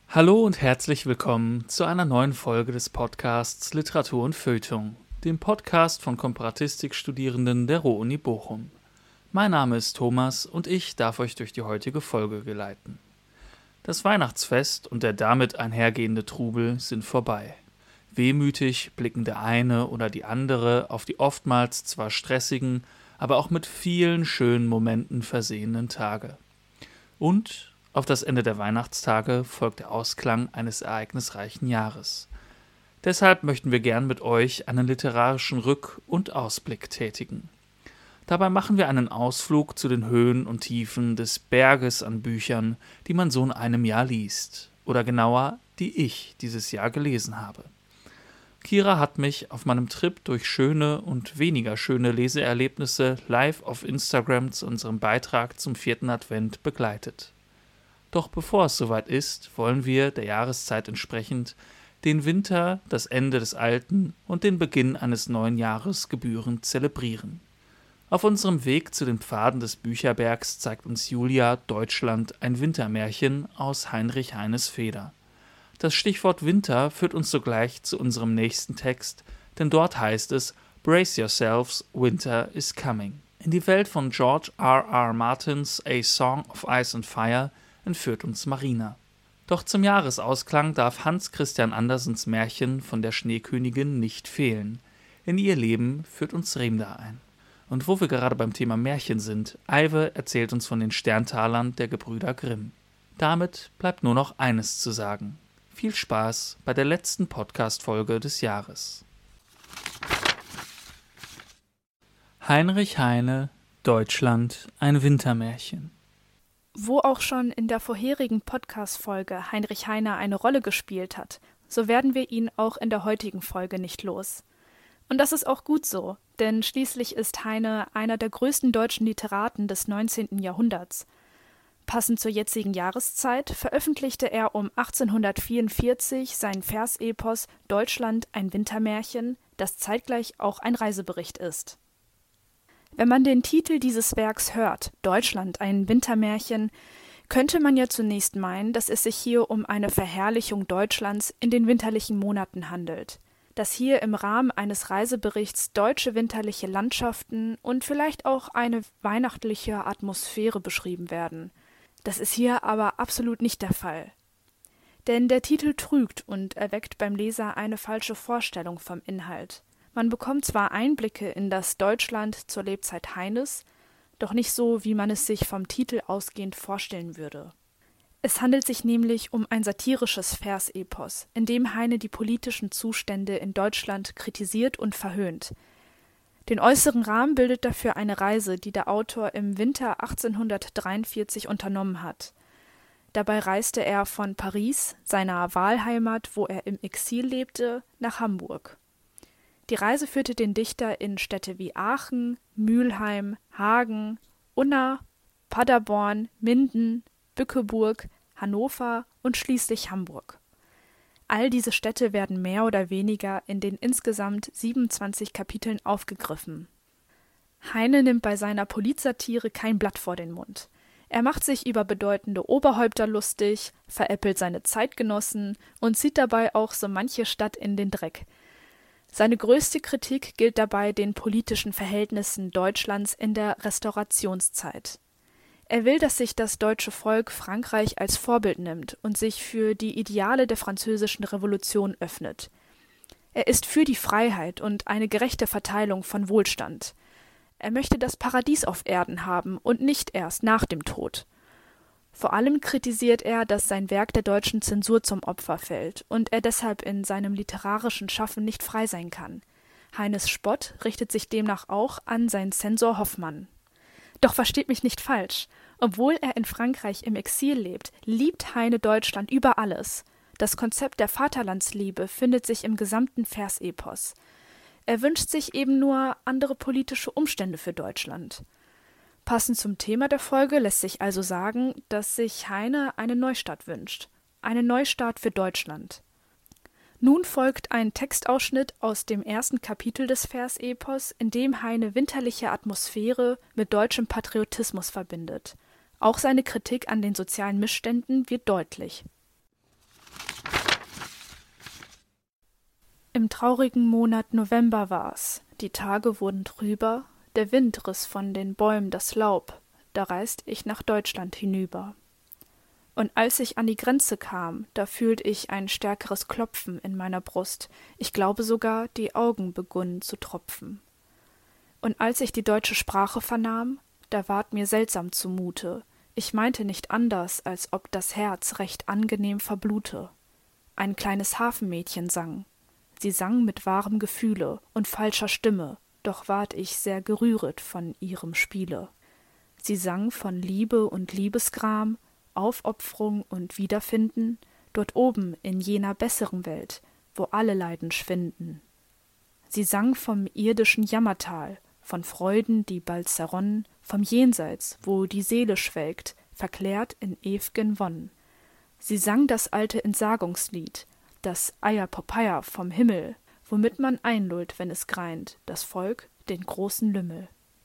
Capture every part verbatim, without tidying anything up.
Hallo und herzlich willkommen zu einer neuen Folge des Podcasts Literatur und Feuilleton, dem Podcast von Komparatistik-Studierenden der Ruhr-Uni Bochum. Mein Name ist Thomas und ich darf euch durch die heutige Folge geleiten. Das Weihnachtsfest und der damit einhergehende Trubel sind vorbei. Wehmütig blicken der eine oder die andere auf die oftmals zwar stressigen, aber auch mit vielen schönen Momenten versehenen Tage. Und auf das Ende der Weihnachtstage folgt der Ausklang eines ereignisreichen Jahres. Deshalb möchten wir gern mit euch einen literarischen Rück- und Ausblick tätigen. Dabei machen wir einen Ausflug zu den Höhen und Tiefen des Berges an Büchern, die man so in einem Jahr liest. Oder genauer, die ich dieses Jahr gelesen habe. Kira hat mich auf meinem Trip durch schöne und weniger schöne Leseerlebnisse live auf Instagram zu unserem Beitrag zum vierten Advent begleitet. Doch bevor es soweit ist, wollen wir, der Jahreszeit entsprechend, den Winter, das Ende des alten und den Beginn eines neuen Jahres gebührend zelebrieren. Auf unserem Weg zu den Pfaden des Bücherbergs zeigt uns Julia Deutschland ein Wintermärchen aus Heinrich Heines Feder. Das Stichwort Winter führt uns sogleich zu unserem nächsten Text, denn dort heißt es Brace yourselves, winter is coming. In die Welt von George R R. Martins A Song of Ice and Fire entführt uns Marina. Doch zum Jahresausklang darf Hans Christian Andersens Märchen von der Schneekönigin nicht fehlen. In ihr Leben führt uns Remda ein. Und wo wir gerade beim Thema Märchen sind, Aive erzählt uns von den Sterntalern der Gebrüder Grimm. Damit bleibt nur noch eines zu sagen. Viel Spaß bei der letzten Podcast-Folge des Jahres. Heinrich Heine, Deutschland, ein Wintermärchen. Wo auch schon in der vorherigen Podcast-Folge Heinrich Heine eine Rolle gespielt hat, so werden wir ihn auch in der heutigen Folge nicht los. Und das ist auch gut so, denn schließlich ist Heine einer der größten deutschen Literaten des neunzehnten Jahrhunderts. Passend zur jetzigen Jahreszeit veröffentlichte er um achtzehnhundertvierundvierzig sein Versepos Deutschland, ein Wintermärchen, das zeitgleich auch ein Reisebericht ist. Wenn man den Titel dieses Werks hört, Deutschland, ein Wintermärchen, könnte man ja zunächst meinen, dass es sich hier um eine Verherrlichung Deutschlands in den winterlichen Monaten handelt, dass hier im Rahmen eines Reiseberichts deutsche winterliche Landschaften und vielleicht auch eine weihnachtliche Atmosphäre beschrieben werden. Das ist hier aber absolut nicht der Fall. Denn der Titel trügt und erweckt beim Leser eine falsche Vorstellung vom Inhalt. Man bekommt zwar Einblicke in das Deutschland zur Lebzeit Heines, doch nicht so, wie man es sich vom Titel ausgehend vorstellen würde. Es handelt sich nämlich um ein satirisches Versepos, in dem Heine die politischen Zustände in Deutschland kritisiert und verhöhnt. Den äußeren Rahmen bildet dafür eine Reise, die der Autor im Winter achtzehnhundertdreiundvierzig unternommen hat. Dabei reiste er von Paris, seiner Wahlheimat, wo er im Exil lebte, nach Hamburg. Die Reise führte den Dichter in Städte wie Aachen, Mülheim, Hagen, Unna, Paderborn, Minden, Bückeburg, Hannover und schließlich Hamburg. All diese Städte werden mehr oder weniger in den insgesamt siebenundzwanzig Kapiteln aufgegriffen. Heine nimmt bei seiner Politsatire kein Blatt vor den Mund. Er macht sich über bedeutende Oberhäupter lustig, veräppelt seine Zeitgenossen und zieht dabei auch so manche Stadt in den Dreck. Seine größte Kritik gilt dabei den politischen Verhältnissen Deutschlands in der Restaurationszeit. Er will, dass sich das deutsche Volk Frankreich als Vorbild nimmt und sich für die Ideale der französischen Revolution öffnet. Er ist für die Freiheit und eine gerechte Verteilung von Wohlstand. Er möchte das Paradies auf Erden haben und nicht erst nach dem Tod. Vor allem kritisiert er, dass sein Werk der deutschen Zensur zum Opfer fällt und er deshalb in seinem literarischen Schaffen nicht frei sein kann. Heines Spott richtet sich demnach auch an seinen Zensor Hoffmann. Doch versteht mich nicht falsch. Obwohl er in Frankreich im Exil lebt, liebt Heine Deutschland über alles. Das Konzept der Vaterlandsliebe findet sich im gesamten Versepos. Er wünscht sich eben nur andere politische Umstände für Deutschland. Passend zum Thema der Folge lässt sich also sagen, dass sich Heine eine Neustart wünscht. Eine Neustart für Deutschland. Nun folgt ein Textausschnitt aus dem ersten Kapitel des Versepos, in dem Heine winterliche Atmosphäre mit deutschem Patriotismus verbindet. Auch seine Kritik an den sozialen Missständen wird deutlich. Im traurigen Monat November war's, die Tage wurden trüber, der Wind riss von den Bäumen das Laub, da reist ich nach Deutschland hinüber. Und als ich an die Grenze kam, da fühlt ich ein stärkeres Klopfen in meiner Brust, ich glaube sogar, die Augen begunnen zu tropfen. Und als ich die deutsche Sprache vernahm, da ward mir seltsam zumute, ich meinte nicht anders, als ob das Herz recht angenehm verblute. Ein kleines Hafenmädchen sang, sie sang mit wahrem Gefühle und falscher Stimme, doch ward ich sehr gerühret von ihrem Spiele. Sie sang von Liebe und Liebesgram, Aufopferung und Wiederfinden, dort oben in jener besseren Welt, wo alle Leiden schwinden. Sie sang vom irdischen Jammertal, von Freuden, die bald zerronnen, vom Jenseits, wo die Seele schwelgt, verklärt in ew'gen Wonnen. Sie sang das alte Entsagungslied, das Eia Popeye vom Himmel, womit man einlullt, wenn es greint, das Volk, den großen Lümmel.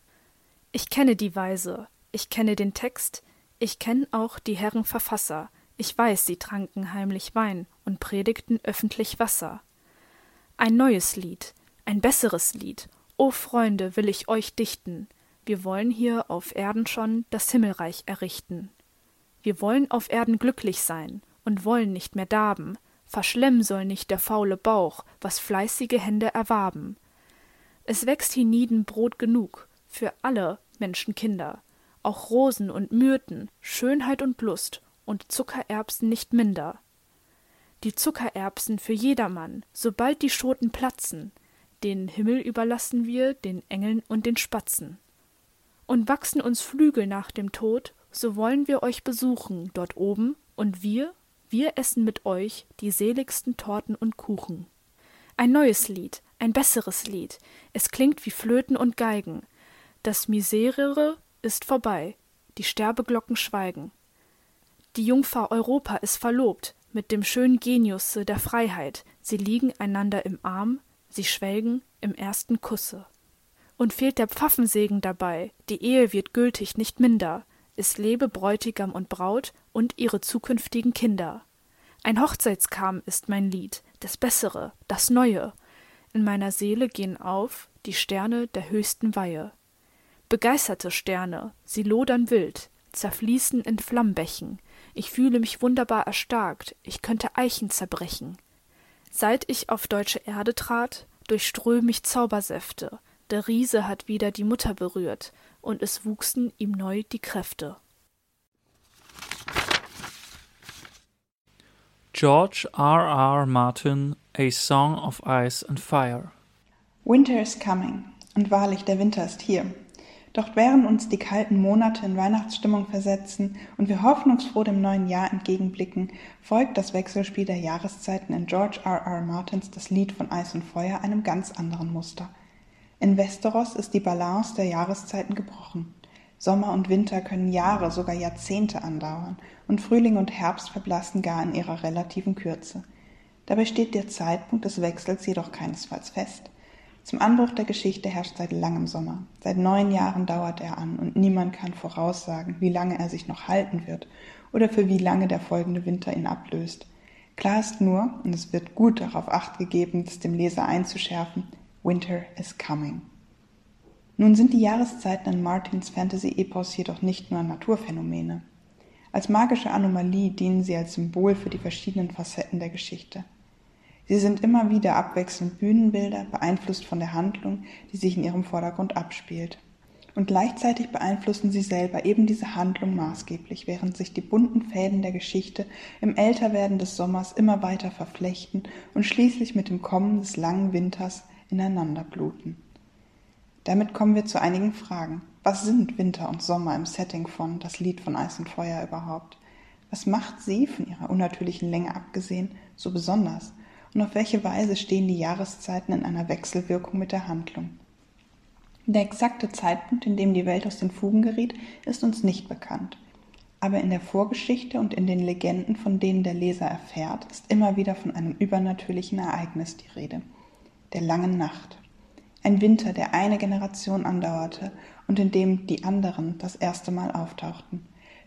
Ich kenne die Weise, ich kenne den Text, ich kenn auch die Herren Verfasser, ich weiß, sie tranken heimlich Wein und predigten öffentlich Wasser. Ein neues Lied, ein besseres Lied, o Freunde, will ich euch dichten, wir wollen hier auf Erden schon das Himmelreich errichten. Wir wollen auf Erden glücklich sein und wollen nicht mehr darben, verschlemmen soll nicht der faule Bauch, was fleißige Hände erwarben. Es wächst hienieden Brot genug für alle Menschenkinder, auch Rosen und Myrten, Schönheit und Lust und Zuckererbsen nicht minder. Die Zuckererbsen für jedermann, sobald die Schoten platzen, den Himmel überlassen wir den Engeln und den Spatzen. Und wachsen uns Flügel nach dem Tod, so wollen wir euch besuchen dort oben, und wir, wir essen mit euch die seligsten Torten und Kuchen. Ein neues Lied, ein besseres Lied, es klingt wie Flöten und Geigen. Das Miserere ist vorbei, die Sterbeglocken schweigen. Die Jungfrau Europa ist verlobt mit dem schönen Geniusse der Freiheit, sie liegen einander im Arm, sie schwelgen im ersten Kusse. Und fehlt der Pfaffensegen dabei, die Ehe wird gültig nicht minder, es lebe Bräutigam und Braut und ihre zukünftigen Kinder. Ein Hochzeitskam ist mein Lied, das Bessere, das Neue. In meiner Seele gehen auf die Sterne der höchsten Weihe. Begeisterte Sterne, sie lodern wild, zerfließen in Flammbächen. Ich fühle mich wunderbar erstarkt, ich könnte Eichen zerbrechen. Seit ich auf deutsche Erde trat, durchström mich Zaubersäfte. Der Riese hat wieder die Mutter berührt, und es wuchsen ihm neu die Kräfte. George R. R. Martin, A Song of Ice and Fire. Winter is coming, und wahrlich, der Winter ist hier. Doch während uns die kalten Monate in Weihnachtsstimmung versetzen und wir hoffnungsfroh dem neuen Jahr entgegenblicken, folgt das Wechselspiel der Jahreszeiten in George R. R. Martins Das Lied von Eis und Feuer einem ganz anderen Muster. In Westeros ist die Balance der Jahreszeiten gebrochen. Sommer und Winter können Jahre, sogar Jahrzehnte andauern und Frühling und Herbst verblassen gar in ihrer relativen Kürze. Dabei steht der Zeitpunkt des Wechsels jedoch keinesfalls fest. Zum Anbruch der Geschichte herrscht seit langem Sommer. Seit neun Jahren dauert er an und niemand kann voraussagen, wie lange er sich noch halten wird oder für wie lange der folgende Winter ihn ablöst. Klar ist nur, und es wird gut darauf Acht gegeben, es dem Leser einzuschärfen, Winter is coming. Nun sind die Jahreszeiten in Martins Fantasy-Epos jedoch nicht nur Naturphänomene. Als magische Anomalie dienen sie als Symbol für die verschiedenen Facetten der Geschichte. Sie sind immer wieder abwechselnd Bühnenbilder, beeinflusst von der Handlung, die sich in ihrem Vordergrund abspielt. Und gleichzeitig beeinflussen sie selber eben diese Handlung maßgeblich, während sich die bunten Fäden der Geschichte im Älterwerden des Sommers immer weiter verflechten und schließlich mit dem Kommen des langen Winters ineinander bluten. Damit kommen wir zu einigen Fragen. Was sind Winter und Sommer im Setting von Das Lied von Eis und Feuer überhaupt? Was macht sie, von ihrer unnatürlichen Länge abgesehen, so besonders? Und auf welche Weise stehen die Jahreszeiten in einer Wechselwirkung mit der Handlung? Der exakte Zeitpunkt, in dem die Welt aus den Fugen geriet, ist uns nicht bekannt. Aber in der Vorgeschichte und in den Legenden, von denen der Leser erfährt, ist immer wieder von einem übernatürlichen Ereignis die Rede. Der langen Nacht. Ein Winter, der eine Generation andauerte und in dem die anderen das erste Mal auftauchten.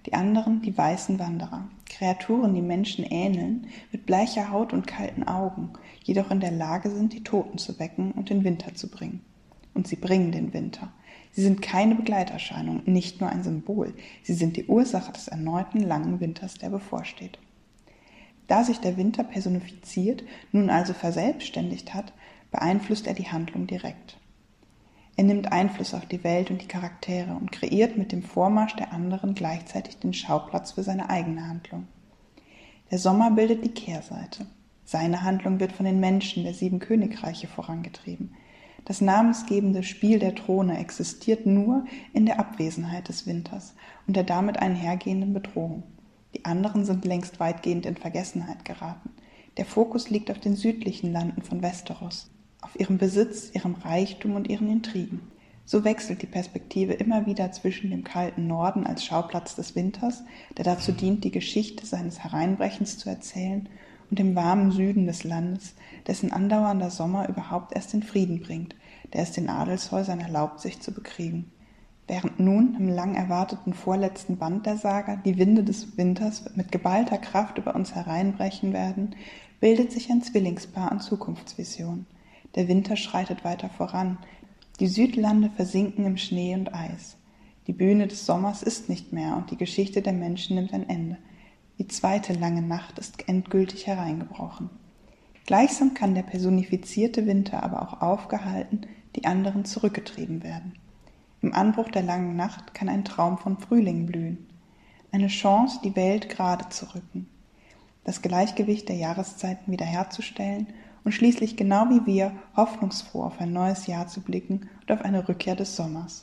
die anderen die weißen Wanderer, Kreaturen, die Menschen ähneln, mit bleicher Haut und kalten Augen, jedoch in der Lage sind, die Toten zu wecken und den Winter zu bringen. Und sie bringen den Winter. Sie sind keine Begleiterscheinung, nicht nur ein Symbol, sie sind die Ursache des erneuten langen Winters, der bevorsteht. Da sich der Winter personifiziert, nun also verselbstständigt hat, beeinflusst er die Handlung direkt. Er nimmt Einfluss auf die Welt und die Charaktere und kreiert mit dem Vormarsch der anderen gleichzeitig den Schauplatz für seine eigene Handlung. Der Sommer bildet die Kehrseite. Seine Handlung wird von den Menschen der sieben Königreiche vorangetrieben. Das namensgebende Spiel der Throne existiert nur in der Abwesenheit des Winters und der damit einhergehenden Bedrohung. Die anderen sind längst weitgehend in Vergessenheit geraten. Der Fokus liegt auf den südlichen Landen von Westeros, auf ihrem Besitz, ihrem Reichtum und ihren Intrigen. So wechselt die Perspektive immer wieder zwischen dem kalten Norden als Schauplatz des Winters, der dazu dient, die Geschichte seines Hereinbrechens zu erzählen, und dem warmen Süden des Landes, dessen andauernder Sommer überhaupt erst den Frieden bringt, der es den Adelshäusern erlaubt, sich zu bekriegen. Während nun im lang erwarteten vorletzten Band der Saga die Winde des Winters mit geballter Kraft über uns hereinbrechen werden, bildet sich ein Zwillingspaar an Zukunftsvisionen. Der Winter schreitet weiter voran, die Südlande versinken im Schnee und Eis. Die Bühne des Sommers ist nicht mehr und die Geschichte der Menschen nimmt ein Ende. Die zweite lange Nacht ist endgültig hereingebrochen. Gleichsam kann der personifizierte Winter aber auch aufgehalten, die anderen zurückgetrieben werden. Im Anbruch der langen Nacht kann ein Traum von Frühling blühen. Eine Chance, die Welt gerade zu rücken, das Gleichgewicht der Jahreszeiten wiederherzustellen und schließlich genau wie wir hoffnungsfroh auf ein neues Jahr zu blicken und auf eine Rückkehr des Sommers.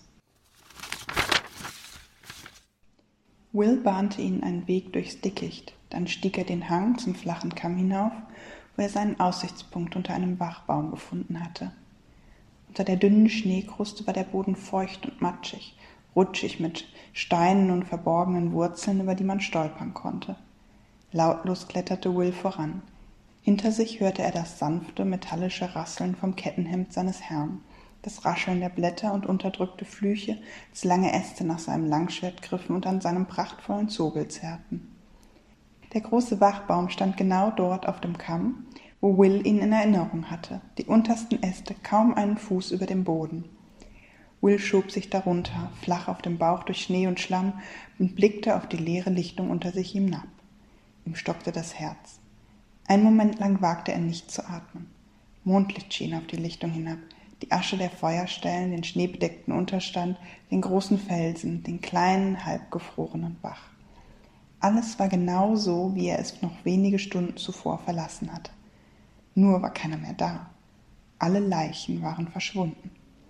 Will bahnte ihnen einen Weg durchs Dickicht, dann stieg er den Hang zum flachen Kamm hinauf, wo er seinen Aussichtspunkt unter einem Wachbaum gefunden hatte. Unter der dünnen Schneekruste war der Boden feucht und matschig, rutschig mit Steinen und verborgenen Wurzeln, über die man stolpern konnte. Lautlos kletterte Will voran. Hinter sich hörte er das sanfte, metallische Rasseln vom Kettenhemd seines Herrn, das Rascheln der Blätter und unterdrückte Flüche, als lange Äste nach seinem Langschwert griffen und an seinem prachtvollen Zobel zerrten. Der große Wachbaum stand genau dort auf dem Kamm, wo Will ihn in Erinnerung hatte, die untersten Äste kaum einen Fuß über dem Boden. Will schob sich darunter, flach auf dem Bauch durch Schnee und Schlamm, und blickte auf die leere Lichtung unter sich hinab. Ihm stockte das Herz. Einen Moment lang wagte er nicht zu atmen. Mondlicht schien auf die Lichtung hinab, die Asche der Feuerstellen, den schneebedeckten Unterstand, den großen Felsen, den kleinen, halbgefrorenen Bach. Alles war genau so, wie er es noch wenige Stunden zuvor verlassen hatte. Nur war keiner mehr da. Alle Leichen waren verschwunden.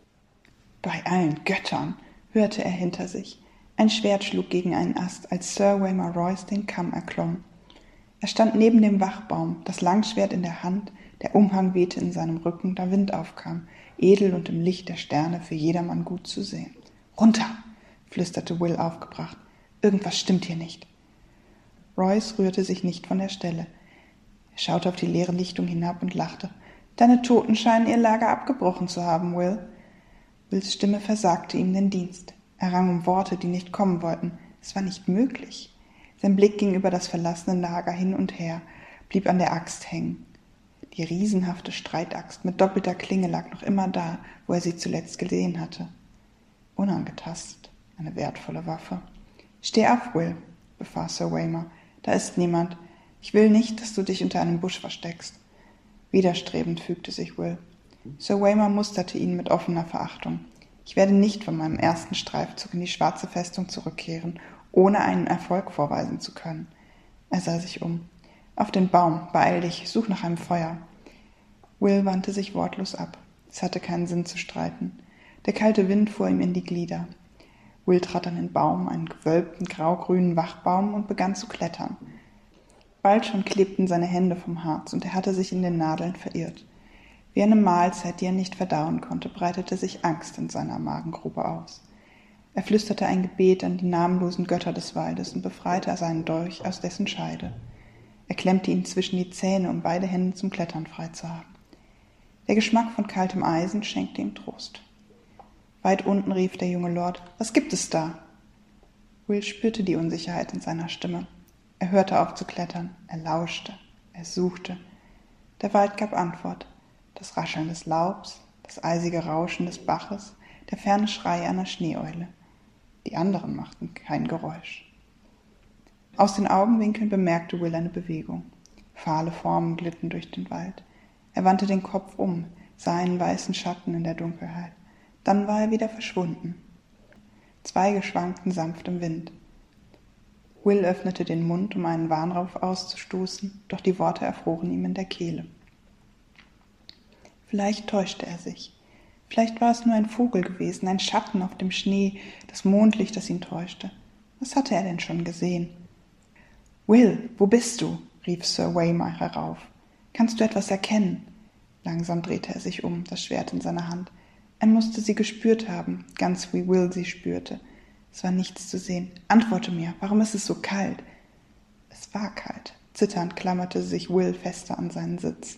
Bei allen Göttern, hörte er hinter sich. Ein Schwert schlug gegen einen Ast, als Sir Waymar Royce den Kamm erklomm. Er stand neben dem Wachbaum, das Langschwert in der Hand, der Umhang wehte in seinem Rücken, da Wind aufkam, edel und im Licht der Sterne für jedermann gut zu sehen. »Runter«, flüsterte Will aufgebracht. »Irgendwas stimmt hier nicht.« Royce rührte sich nicht von der Stelle. Er schaute auf die leere Lichtung hinab und lachte. »Deine Toten scheinen ihr Lager abgebrochen zu haben, Will.« Wills Stimme versagte ihm den Dienst. Er rang um Worte, die nicht kommen wollten. Es war nicht möglich. Sein Blick ging über das verlassene Lager hin und her, blieb an der Axt hängen. Die riesenhafte Streitaxt mit doppelter Klinge lag noch immer da, wo er sie zuletzt gesehen hatte. Unangetastet, eine wertvolle Waffe. »Steh auf, Will«, befahl Sir Waymar. »Da ist niemand. Ich will nicht, dass du dich unter einem Busch versteckst.« Widerstrebend fügte sich Will. Sir Waymar musterte ihn mit offener Verachtung. »Ich werde nicht von meinem ersten Streifzug in die schwarze Festung zurückkehren, ohne einen Erfolg vorweisen zu können.« Er sah sich um. »Auf den Baum, beeil dich, such nach einem Feuer.« Will wandte sich wortlos ab. Es hatte keinen Sinn zu streiten. Der kalte Wind fuhr ihm in die Glieder. Will trat an den Baum, einen gewölbten, graugrünen Wachbaum, und begann zu klettern. Bald schon klebten seine Hände vom Harz, und er hatte sich in den Nadeln verirrt. Wie eine Mahlzeit, die er nicht verdauen konnte, breitete sich Angst in seiner Magengrube aus. Er flüsterte ein Gebet an die namenlosen Götter des Waldes und befreite seinen Dolch aus dessen Scheide. Er klemmte ihn zwischen die Zähne, um beide Hände zum Klettern frei zu haben. Der Geschmack von kaltem Eisen schenkte ihm Trost. Weit unten rief der junge Lord: »Was gibt es da?« Will spürte die Unsicherheit in seiner Stimme. Er hörte auf zu klettern, er lauschte, er suchte. Der Wald gab Antwort. Das Rascheln des Laubs, das eisige Rauschen des Baches, der ferne Schrei einer Schneeeule. Die anderen machten kein Geräusch. Aus den Augenwinkeln bemerkte Will eine Bewegung. Fahle Formen glitten durch den Wald. Er wandte den Kopf um, sah einen weißen Schatten in der Dunkelheit. Dann war er wieder verschwunden. Zweige schwankten sanft im Wind. Will öffnete den Mund, um einen Warnruf auszustoßen, doch die Worte erfroren ihm in der Kehle. Vielleicht täuschte er sich. Vielleicht war es nur ein Vogel gewesen, ein Schatten auf dem Schnee, das Mondlicht, das ihn täuschte. Was hatte er denn schon gesehen? »Will, wo bist du?« rief Sir Waymar herauf. »Kannst du etwas erkennen?« Langsam drehte er sich um, das Schwert in seiner Hand. Er musste sie gespürt haben, ganz wie Will sie spürte. Es war nichts zu sehen. »Antworte mir, warum ist es so kalt?« Es war kalt. Zitternd klammerte sich Will fester an seinen Sitz.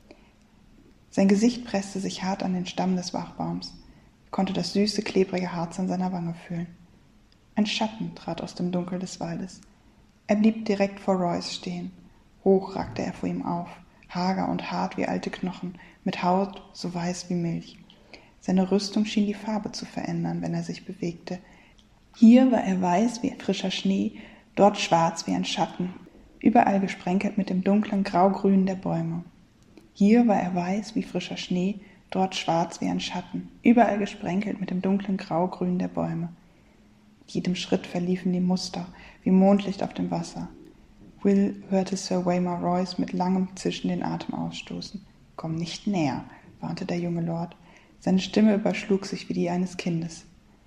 Sein Gesicht presste sich hart an den Stamm des Wachbaums. Er konnte das süße, klebrige Harz an seiner Wange fühlen. Ein Schatten trat aus dem Dunkel des Waldes. Er blieb direkt vor Royce stehen. Hoch ragte er vor ihm auf, hager und hart wie alte Knochen, mit Haut so weiß wie Milch. Seine Rüstung schien die Farbe zu verändern, wenn er sich bewegte. Hier war er weiß wie frischer Schnee, dort schwarz wie ein Schatten, überall gesprenkelt mit dem dunklen Graugrün der Bäume. Hier war er weiß wie frischer Schnee, dort schwarz wie ein Schatten, überall gesprenkelt mit dem dunklen Graugrün der Bäume. Mit jedem Schritt verliefen die Muster, wie Mondlicht auf dem Wasser. Will hörte Sir Waymar Royce mit langem Zischen den Atem ausstoßen. »Komm nicht näher«, warnte der junge Lord. Seine Stimme überschlug sich wie die eines Kindes.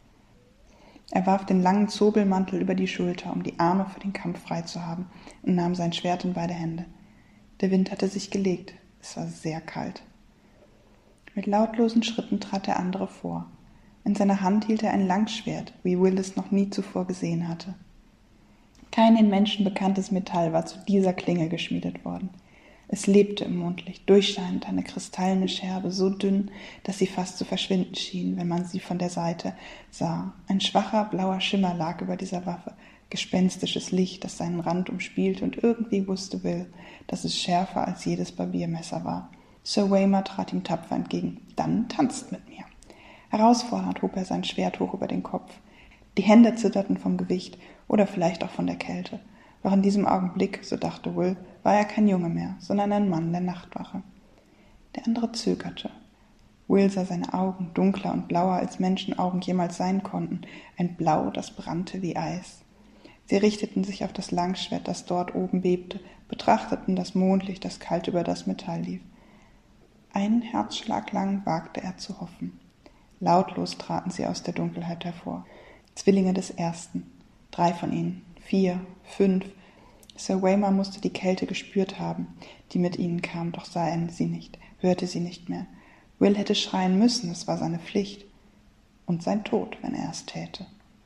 Er warf den langen Zobelmantel über die Schulter, um die Arme für den Kampf frei zu haben, und nahm sein Schwert in beide Hände. Der Wind hatte sich gelegt. Es war sehr kalt. Mit lautlosen Schritten trat der andere vor. In seiner Hand hielt er ein Langschwert, wie Will es noch nie zuvor gesehen hatte. Kein den Menschen bekanntes Metall war zu dieser Klinge geschmiedet worden. Es lebte im Mondlicht, durchscheinend eine kristallene Scherbe, so dünn, dass sie fast zu verschwinden schien, wenn man sie von der Seite sah. Ein schwacher, blauer Schimmer lag über dieser Waffe, gespenstisches Licht, das seinen Rand umspielte, und irgendwie wusste Will, dass es schärfer als jedes Barbiermesser war. Sir Waymar trat ihm tapfer entgegen. »Dann tanzt mit mir!« Herausfordernd hob er sein Schwert hoch über den Kopf. Die Hände zitterten vom Gewicht oder vielleicht auch von der Kälte. Doch in diesem Augenblick, so dachte Will, war er kein Junge mehr, sondern ein Mann der Nachtwache. Der andere zögerte. Will sah seine Augen, dunkler und blauer als Menschenaugen jemals sein konnten, ein Blau, das brannte wie Eis. Sie richteten sich auf das Langschwert, das dort oben bebte, betrachteten das Mondlicht, das kalt über das Metall lief. Einen Herzschlag lang wagte er zu hoffen. Lautlos traten sie aus der Dunkelheit hervor. Zwillinge des Ersten. Drei von ihnen. Vier. Fünf. Sir Waymar musste die Kälte gespürt haben, die mit ihnen kam, doch sah er sie nicht, hörte sie nicht mehr. Will hätte schreien müssen, es war seine Pflicht. Und sein Tod, wenn er es täte.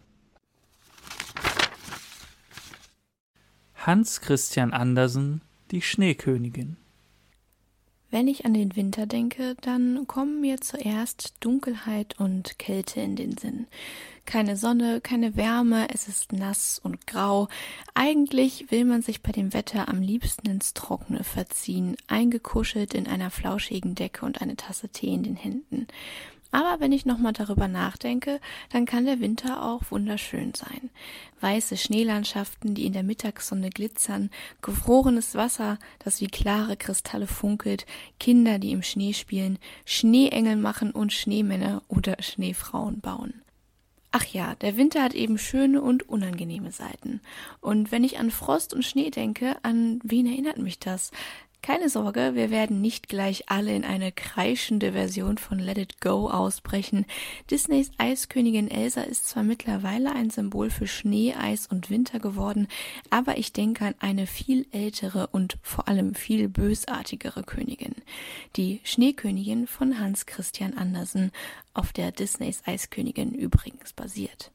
Hans Christian Andersen, die Schneekönigin. Wenn ich an den Winter denke, dann kommen mir zuerst Dunkelheit und Kälte in den Sinn. Keine Sonne, keine Wärme, es ist nass und grau. Eigentlich will man sich bei dem Wetter am liebsten ins Trockene verziehen, eingekuschelt in einer flauschigen Decke und eine Tasse Tee in den Händen. Aber wenn ich nochmal darüber nachdenke, dann kann der Winter auch wunderschön sein. Weiße Schneelandschaften, die in der Mittagssonne glitzern, gefrorenes Wasser, das wie klare Kristalle funkelt, Kinder, die im Schnee spielen, Schneeengel machen und Schneemänner oder Schneefrauen bauen. Ach ja, der Winter hat eben schöne und unangenehme Seiten. Und wenn ich an Frost und Schnee denke, an wen erinnert mich das? Keine Sorge, wir werden nicht gleich alle in eine kreischende Version von Let It Go ausbrechen. Disneys Eiskönigin Elsa ist zwar mittlerweile ein Symbol für Schnee, Eis und Winter geworden, aber ich denke an eine viel ältere und vor allem viel bösartigere Königin. Die Schneekönigin von Hans Christian Andersen, auf der Disneys Eiskönigin übrigens basiert.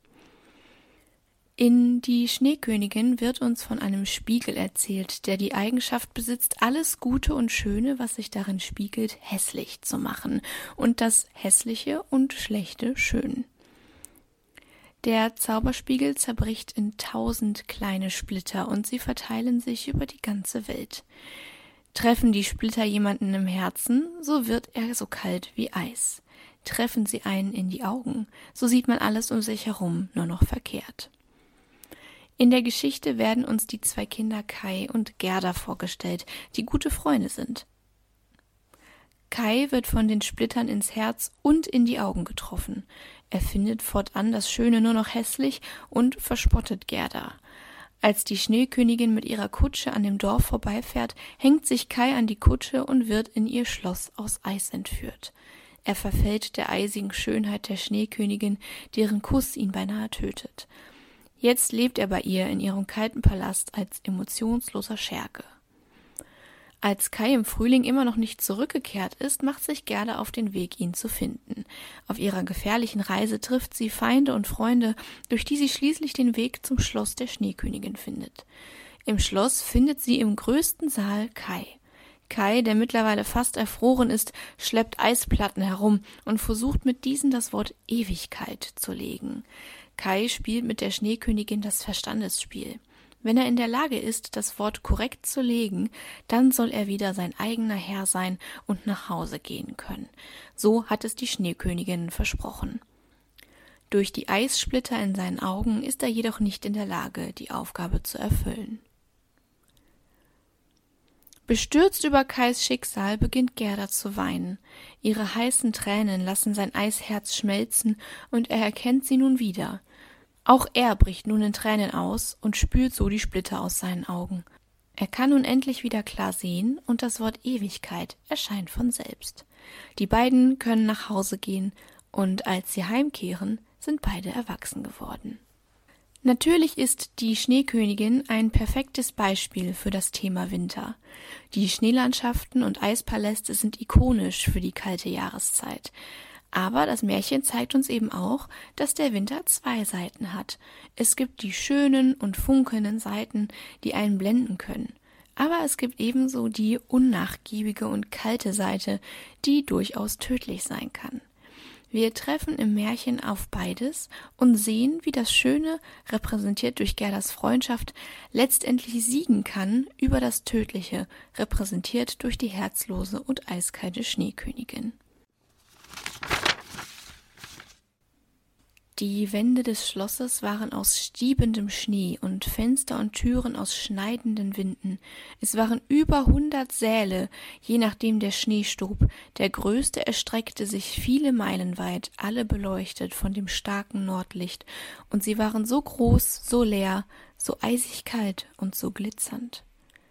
In Die Schneekönigin wird uns von einem Spiegel erzählt, der die Eigenschaft besitzt, alles Gute und Schöne, was sich darin spiegelt, hässlich zu machen und das Hässliche und Schlechte schön. Der Zauberspiegel zerbricht in tausend kleine Splitter und sie verteilen sich über die ganze Welt. Treffen die Splitter jemanden im Herzen, so wird er so kalt wie Eis. Treffen sie einen in die Augen, so sieht man alles um sich herum nur noch verkehrt. In der Geschichte werden uns die zwei Kinder Kai und Gerda vorgestellt, die gute Freunde sind. Kai wird von den Splittern ins Herz und in die Augen getroffen. Er findet fortan das Schöne nur noch hässlich und verspottet Gerda. Als die Schneekönigin mit ihrer Kutsche an dem Dorf vorbeifährt, hängt sich Kai an die Kutsche und wird in ihr Schloss aus Eis entführt. Er verfällt der eisigen Schönheit der Schneekönigin, deren Kuss ihn beinahe tötet. Jetzt lebt er bei ihr in ihrem kalten Palast als emotionsloser Scherge. Als Kai im Frühling immer noch nicht zurückgekehrt ist, macht sich Gerda auf den Weg, ihn zu finden. Auf ihrer gefährlichen Reise trifft sie Feinde und Freunde, durch die sie schließlich den Weg zum Schloss der Schneekönigin findet. Im Schloss findet sie im größten Saal Kai. Kai, der mittlerweile fast erfroren ist, schleppt Eisplatten herum und versucht mit diesen das Wort Ewigkeit zu legen. Kai spielt mit der Schneekönigin das Verstandesspiel. Wenn er in der Lage ist, das Wort korrekt zu legen, dann soll er wieder sein eigener Herr sein und nach Hause gehen können. So hat es die Schneekönigin versprochen. Durch die Eissplitter in seinen Augen ist er jedoch nicht in der Lage, die Aufgabe zu erfüllen. Bestürzt über Kais Schicksal beginnt Gerda zu weinen. Ihre heißen Tränen lassen sein Eisherz schmelzen und er erkennt sie nun wieder. Auch er bricht nun in Tränen aus und spült so die Splitter aus seinen Augen. Er kann nun endlich wieder klar sehen und das Wort Ewigkeit erscheint von selbst. Die beiden können nach Hause gehen und als sie heimkehren, sind beide erwachsen geworden. Natürlich ist die Schneekönigin ein perfektes Beispiel für das Thema Winter. Die Schneelandschaften und Eispaläste sind ikonisch für die kalte Jahreszeit. Aber das Märchen zeigt uns eben auch, dass der Winter zwei Seiten hat. Es gibt die schönen und funkelnden Seiten, die einen blenden können. Aber es gibt ebenso die unnachgiebige und kalte Seite, die durchaus tödlich sein kann. Wir treffen im Märchen auf beides und sehen, wie das Schöne, repräsentiert durch Gerdas Freundschaft, letztendlich siegen kann über das Tödliche, repräsentiert durch die herzlose und eiskalte Schneekönigin. Die Wände des Schlosses waren aus stiebendem Schnee und Fenster und Türen aus schneidenden Winden. Es waren über hundert Säle, je nachdem der Schnee stob. Der größte erstreckte sich viele Meilen weit, alle beleuchtet von dem starken Nordlicht, und sie waren so groß, so leer, so eisig kalt und so glitzernd.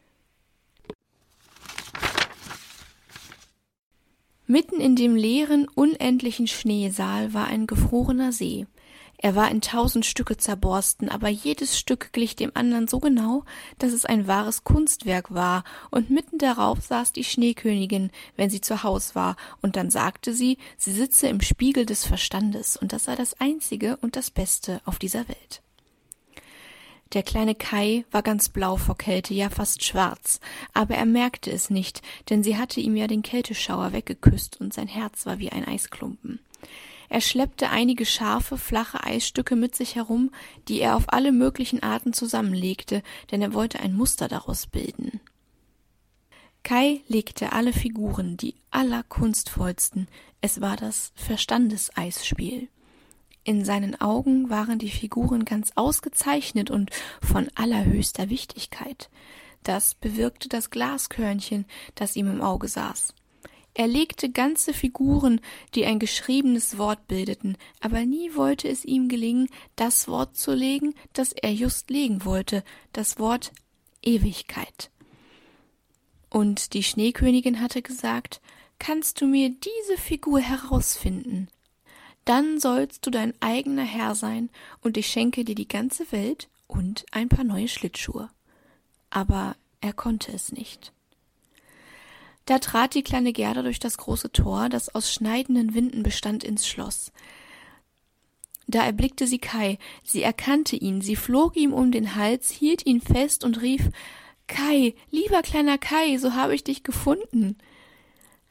Mitten in dem leeren, unendlichen Schneesaal war ein gefrorener See. Er war in tausend Stücke zerborsten, aber jedes Stück glich dem anderen so genau, dass es ein wahres Kunstwerk war, und mitten darauf saß die Schneekönigin, wenn sie zu Haus war, und dann sagte sie, sie sitze im Spiegel des Verstandes, und das sei das Einzige und das Beste auf dieser Welt. Der kleine Kai war ganz blau vor Kälte, ja fast schwarz, aber er merkte es nicht, denn sie hatte ihm ja den Kälteschauer weggeküsst und sein Herz war wie ein Eisklumpen. Er schleppte einige scharfe, flache Eisstücke mit sich herum, die er auf alle möglichen Arten zusammenlegte, denn er wollte ein Muster daraus bilden. Kai legte alle Figuren, die allerkunstvollsten, es war das Verstandeseisspiel. In seinen Augen waren die Figuren ganz ausgezeichnet und von allerhöchster Wichtigkeit. Das bewirkte das Glaskörnchen, das ihm im Auge saß. Er legte ganze Figuren, die ein geschriebenes Wort bildeten, aber nie wollte es ihm gelingen, das Wort zu legen, das er just legen wollte, das Wort Ewigkeit. Und die Schneekönigin hatte gesagt, »Kannst du mir diese Figur herausfinden? Dann sollst du dein eigener Herr sein und ich schenke dir die ganze Welt und ein paar neue Schlittschuhe.« Aber er konnte es nicht. Da trat die kleine Gerda durch das große Tor, das aus schneidenden Winden bestand, ins Schloss. Da erblickte sie Kai, sie erkannte ihn, sie flog ihm um den Hals, hielt ihn fest und rief, »Kai, lieber kleiner Kai, so habe ich dich gefunden!«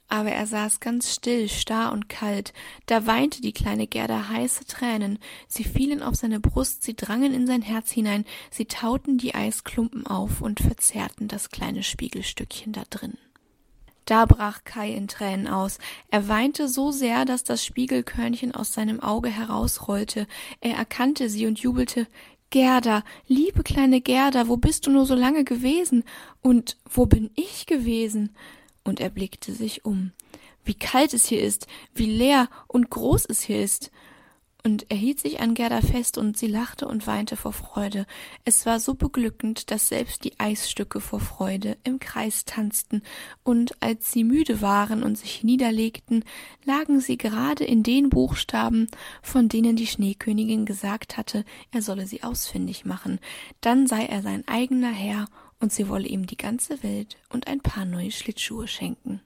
Aber er saß ganz still, starr und kalt. Da weinte die kleine Gerda heiße Tränen. Sie fielen auf seine Brust, sie drangen in sein Herz hinein, sie tauten die Eisklumpen auf und verzerrten das kleine Spiegelstückchen da drin. Da brach Kai in Tränen aus. Er weinte so sehr, dass das Spiegelkörnchen aus seinem Auge herausrollte. Er erkannte sie und jubelte: »Gerda, liebe kleine Gerda, wo bist du nur so lange gewesen? Und wo bin ich gewesen?« Und er blickte sich um. Wie kalt es hier ist, wie leer und groß es hier ist. Und er hielt sich an Gerda fest und sie lachte und weinte vor Freude. Es war so beglückend, dass selbst die Eisstücke vor Freude im Kreis tanzten, und als sie müde waren und sich niederlegten, lagen sie gerade in den Buchstaben, von denen die Schneekönigin gesagt hatte, er solle sie ausfindig machen. Dann sei er sein eigener Herr und sie wolle ihm die ganze Welt und ein paar neue Schlittschuhe schenken.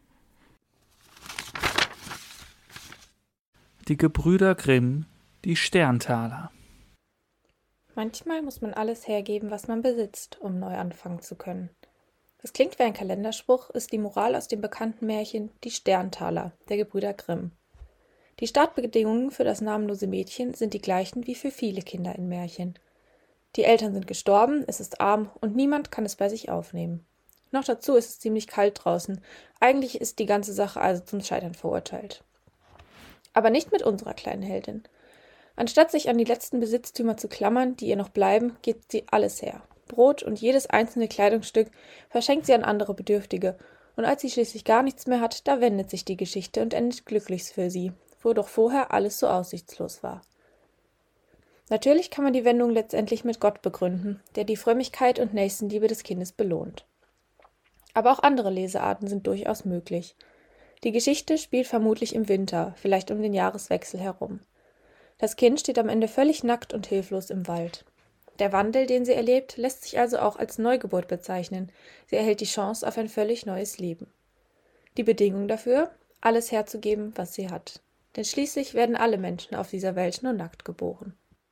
Die Gebrüder Grimm, die Sterntaler. Manchmal muss man alles hergeben, was man besitzt, um neu anfangen zu können. Das klingt wie ein Kalenderspruch, ist die Moral aus dem bekannten Märchen Die Sterntaler der Gebrüder Grimm. Die Startbedingungen für das namenlose Mädchen sind die gleichen wie für viele Kinder in Märchen. Die Eltern sind gestorben, es ist arm und niemand kann es bei sich aufnehmen. Noch dazu ist es ziemlich kalt draußen. Eigentlich ist die ganze Sache also zum Scheitern verurteilt. Aber nicht mit unserer kleinen Heldin. Anstatt sich an die letzten Besitztümer zu klammern, die ihr noch bleiben, gibt sie alles her. Brot und jedes einzelne Kleidungsstück verschenkt sie an andere Bedürftige. Und als sie schließlich gar nichts mehr hat, da wendet sich die Geschichte und endet glücklichst für sie, wo doch vorher alles so aussichtslos war. Natürlich kann man die Wendung letztendlich mit Gott begründen, der die Frömmigkeit und Nächstenliebe des Kindes belohnt. Aber auch andere Lesearten sind durchaus möglich. Die Geschichte spielt vermutlich im Winter, vielleicht um den Jahreswechsel herum. Das Kind steht am Ende völlig nackt und hilflos im Wald. Der Wandel, den sie erlebt, lässt sich also auch als Neugeburt bezeichnen. Sie erhält die Chance auf ein völlig neues Leben. Die Bedingung dafür? Alles herzugeben, was sie hat. Denn schließlich werden alle Menschen auf dieser Welt nur nackt geboren.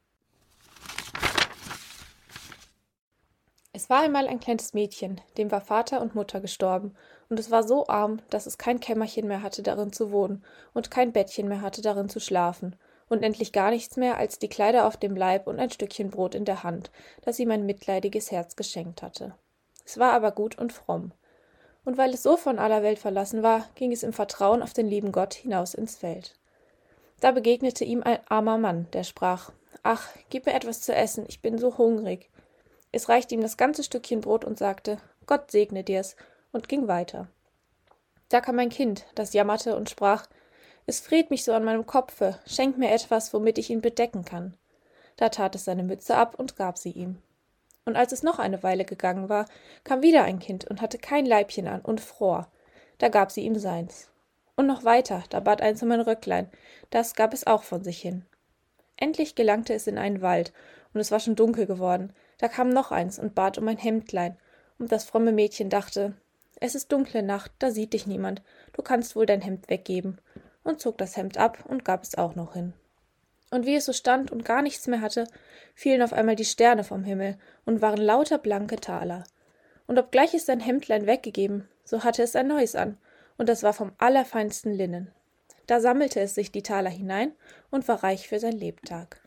Es war einmal ein kleines Mädchen, dem war Vater und Mutter gestorben, und es war so arm, dass es kein Kämmerchen mehr hatte, darin zu wohnen, und kein Bettchen mehr hatte, darin zu schlafen, und endlich gar nichts mehr als die Kleider auf dem Leib und ein Stückchen Brot in der Hand, das ihm ein mitleidiges Herz geschenkt hatte. Es war aber gut und fromm. Und weil es so von aller Welt verlassen war, ging es im Vertrauen auf den lieben Gott hinaus ins Feld. Da begegnete ihm ein armer Mann, der sprach: »Ach, gib mir etwas zu essen, ich bin so hungrig.« Es reichte ihm das ganze Stückchen Brot und sagte: »Gott segne dir's«, und ging weiter. Da kam ein Kind, das jammerte und sprach: »Es friert mich so an meinem Kopfe, schenk mir etwas, womit ich ihn bedecken kann.« Da tat es seine Mütze ab und gab sie ihm. Und als es noch eine Weile gegangen war, kam wieder ein Kind und hatte kein Leibchen an und fror. Da gab sie ihm seins. Und noch weiter, da bat eins um ein Röcklein, das gab es auch von sich hin. Endlich gelangte es in einen Wald, und es war schon dunkel geworden. Da kam noch eins und bat um ein Hemdlein, und das fromme Mädchen dachte: »Es ist dunkle Nacht, da sieht dich niemand, du kannst wohl dein Hemd weggeben«, und zog das Hemd ab und gab es auch noch hin. Und wie es so stand und gar nichts mehr hatte, fielen auf einmal die Sterne vom Himmel und waren lauter blanke Taler. Und obgleich es sein Hemdlein weggegeben, so hatte es ein neues an, und das war vom allerfeinsten Linnen. Da sammelte es sich die Taler hinein und war reich für sein Lebtag.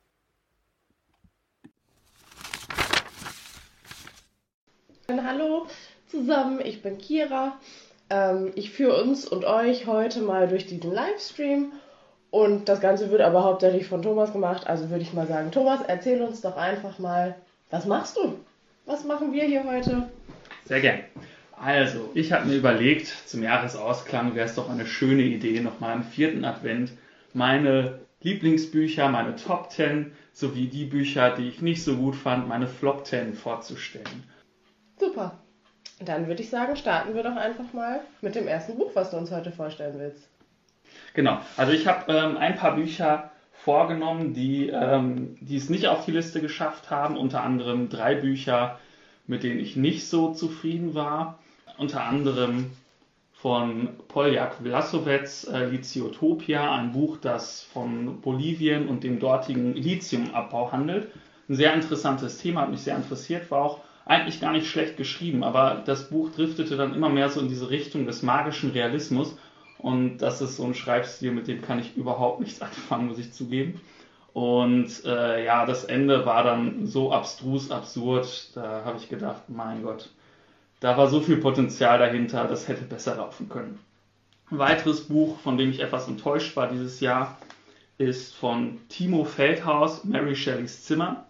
Hallo zusammen, ich bin Kira. Ähm, ich führe uns und euch heute mal durch diesen Livestream, und das Ganze wird aber hauptsächlich von Thomas gemacht, also würde ich mal sagen: Thomas, erzähl uns doch einfach mal, was machst du? Was machen wir hier heute? Sehr gern. Also, ich habe mir überlegt, zum Jahresausklang wäre es doch eine schöne Idee, nochmal am vierten Advent meine Lieblingsbücher, meine Top zehn sowie die Bücher, die ich nicht so gut fand, meine Flop zehn vorzustellen. Super. Dann würde ich sagen, starten wir doch einfach mal mit dem ersten Buch, was du uns heute vorstellen willst. Genau, also ich habe ähm, ein paar Bücher vorgenommen, die, ähm, die es nicht auf die Liste geschafft haben. Unter anderem drei Bücher, mit denen ich nicht so zufrieden war. Unter anderem von Poljak Vlasovec, äh, Lithiotopia, ein Buch, das von Bolivien und dem dortigen Lithiumabbau handelt. Ein sehr interessantes Thema, hat mich sehr interessiert, war auch eigentlich gar nicht schlecht geschrieben, aber das Buch driftete dann immer mehr so in diese Richtung des magischen Realismus und das ist so ein Schreibstil, mit dem kann ich überhaupt nichts anfangen, muss ich zugeben. Und äh, ja, das Ende war dann so abstrus, absurd, da habe ich gedacht, mein Gott, da war so viel Potenzial dahinter, das hätte besser laufen können. Ein weiteres Buch, von dem ich etwas enttäuscht war dieses Jahr, ist von Timo Feldhaus, Mary Shelleys Zimmer.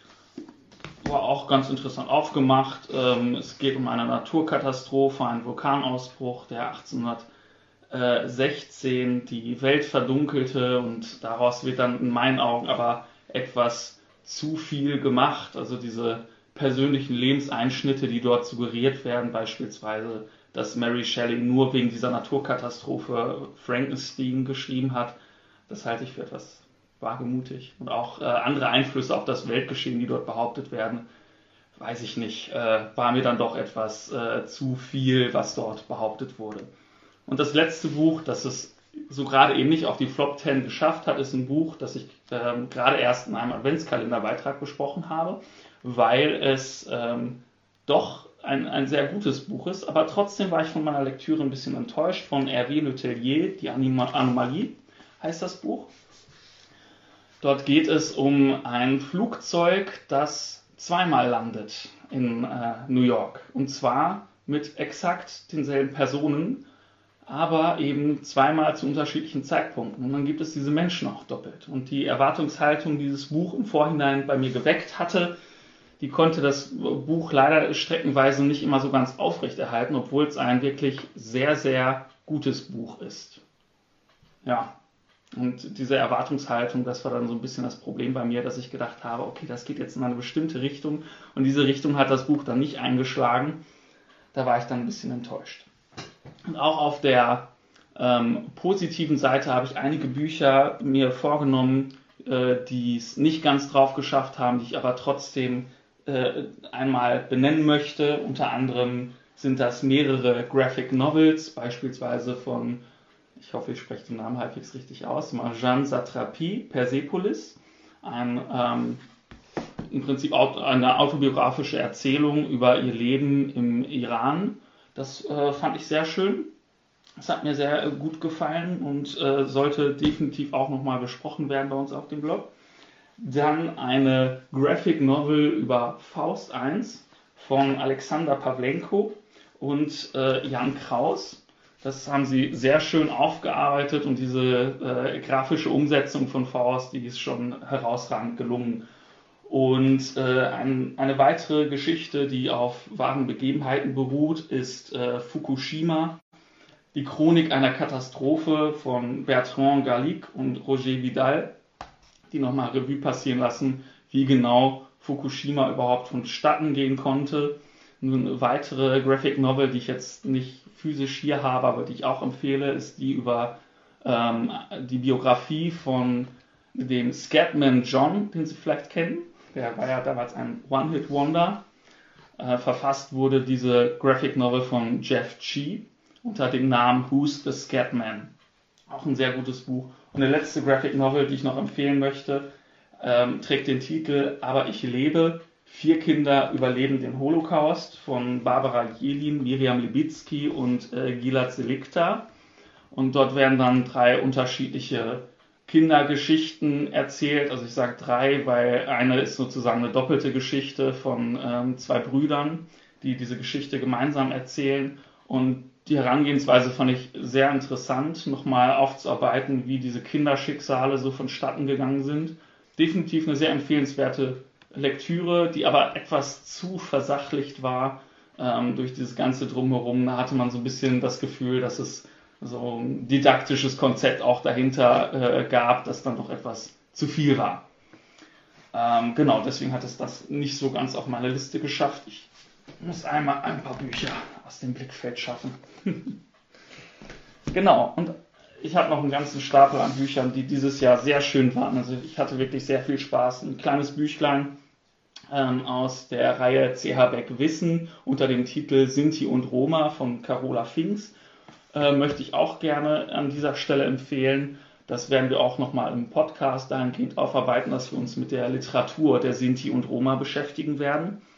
War auch ganz interessant aufgemacht. Es geht um eine Naturkatastrophe, einen Vulkanausbruch, der achtzehnhundertsechzehn die Welt verdunkelte und daraus wird dann in meinen Augen aber etwas zu viel gemacht. Also diese persönlichen Lebenseinschnitte, die dort suggeriert werden, beispielsweise, dass Mary Shelley nur wegen dieser Naturkatastrophe Frankenstein geschrieben hat, das halte ich für etwas wagemutig. Und auch äh, andere Einflüsse auf das Weltgeschehen, die dort behauptet werden, weiß ich nicht, äh, war mir dann doch etwas äh, zu viel, was dort behauptet wurde. Und das letzte Buch, das es so gerade eben nicht auf die Flop zehn geschafft hat, ist ein Buch, das ich ähm, gerade erst in einem Adventskalenderbeitrag besprochen habe, weil es ähm, doch ein, ein sehr gutes Buch ist, aber trotzdem war ich von meiner Lektüre ein bisschen enttäuscht, von Hervé Letellier, Die Anomalie heißt das Buch. Dort geht es um ein Flugzeug, das zweimal landet in äh, New York. Und zwar mit exakt denselben Personen, aber eben zweimal zu unterschiedlichen Zeitpunkten. Und dann gibt es diese Menschen auch doppelt. Und die Erwartungshaltung, die dieses Buch im Vorhinein bei mir geweckt hatte, die konnte das Buch leider streckenweise nicht immer so ganz aufrechterhalten, obwohl es ein wirklich sehr, sehr gutes Buch ist. Ja. Und diese Erwartungshaltung, das war dann so ein bisschen das Problem bei mir, dass ich gedacht habe, okay, das geht jetzt in eine bestimmte Richtung und diese Richtung hat das Buch dann nicht eingeschlagen. Da war ich dann ein bisschen enttäuscht. Und auch auf der ähm, positiven Seite habe ich einige Bücher mir vorgenommen, äh, die es nicht ganz drauf geschafft haben, die ich aber trotzdem äh, einmal benennen möchte. Unter anderem sind das mehrere Graphic Novels, beispielsweise von, ich hoffe, ich spreche den Namen halbwegs richtig aus, Marjane Satrapi, Persepolis, ein, ähm, im Prinzip eine autobiografische Erzählung über ihr Leben im Iran. Das äh, fand ich sehr schön. Das hat mir sehr äh, gut gefallen und äh, sollte definitiv auch nochmal besprochen werden bei uns auf dem Blog. Dann eine Graphic Novel über Faust eins von Alexander Pawlenko und äh, Jan Kraus. Das haben sie sehr schön aufgearbeitet und diese äh, grafische Umsetzung von Faust, die ist schon herausragend gelungen. Und äh, ein, eine weitere Geschichte, die auf wahren Begebenheiten beruht, ist äh, Fukushima, die Chronik einer Katastrophe von Bertrand Gallic und Roger Vidal, die nochmal Revue passieren lassen, wie genau Fukushima überhaupt vonstatten gehen konnte. Eine weitere Graphic Novel, die ich jetzt nicht physisch hier habe, aber die ich auch empfehle, ist die über ähm, die Biografie von dem Scatman John, den Sie vielleicht kennen. Der war ja damals ein One-Hit-Wonder. Äh, verfasst wurde diese Graphic Novel von Jeff Chee unter dem Namen Who's the Scatman. Auch ein sehr gutes Buch. Und der letzte Graphic Novel, die ich noch empfehlen möchte, ähm, trägt den Titel Aber ich lebe. Vier Kinder überleben den Holocaust von Barbara Jelin, Miriam Libitzky und äh, Gilad Selikta. Und dort werden dann drei unterschiedliche Kindergeschichten erzählt. Also ich sage drei, weil eine ist sozusagen eine doppelte Geschichte von ähm, zwei Brüdern, die diese Geschichte gemeinsam erzählen. Und die Herangehensweise fand ich sehr interessant, nochmal aufzuarbeiten, wie diese Kinderschicksale so vonstatten gegangen sind. Definitiv eine sehr empfehlenswerte Lektüre, die aber etwas zu versachlicht war ähm, durch dieses ganze Drumherum. Da hatte man so ein bisschen das Gefühl, dass es so ein didaktisches Konzept auch dahinter äh, gab, das dann doch etwas zu viel war. Ähm, genau, deswegen hat es das nicht so ganz auf meine Liste geschafft. Ich muss einmal ein paar Bücher aus dem Blickfeld schaffen. Genau, und ich habe noch einen ganzen Stapel an Büchern, die dieses Jahr sehr schön waren. Also ich hatte wirklich sehr viel Spaß. Ein kleines Büchlein ähm, aus der Reihe C H. Beck Wissen unter dem Titel Sinti und Roma von Carola Finks äh, möchte ich auch gerne an dieser Stelle empfehlen. Das werden wir auch nochmal im Podcast dahingehend aufarbeiten, dass wir uns mit der Literatur der Sinti und Roma beschäftigen werden.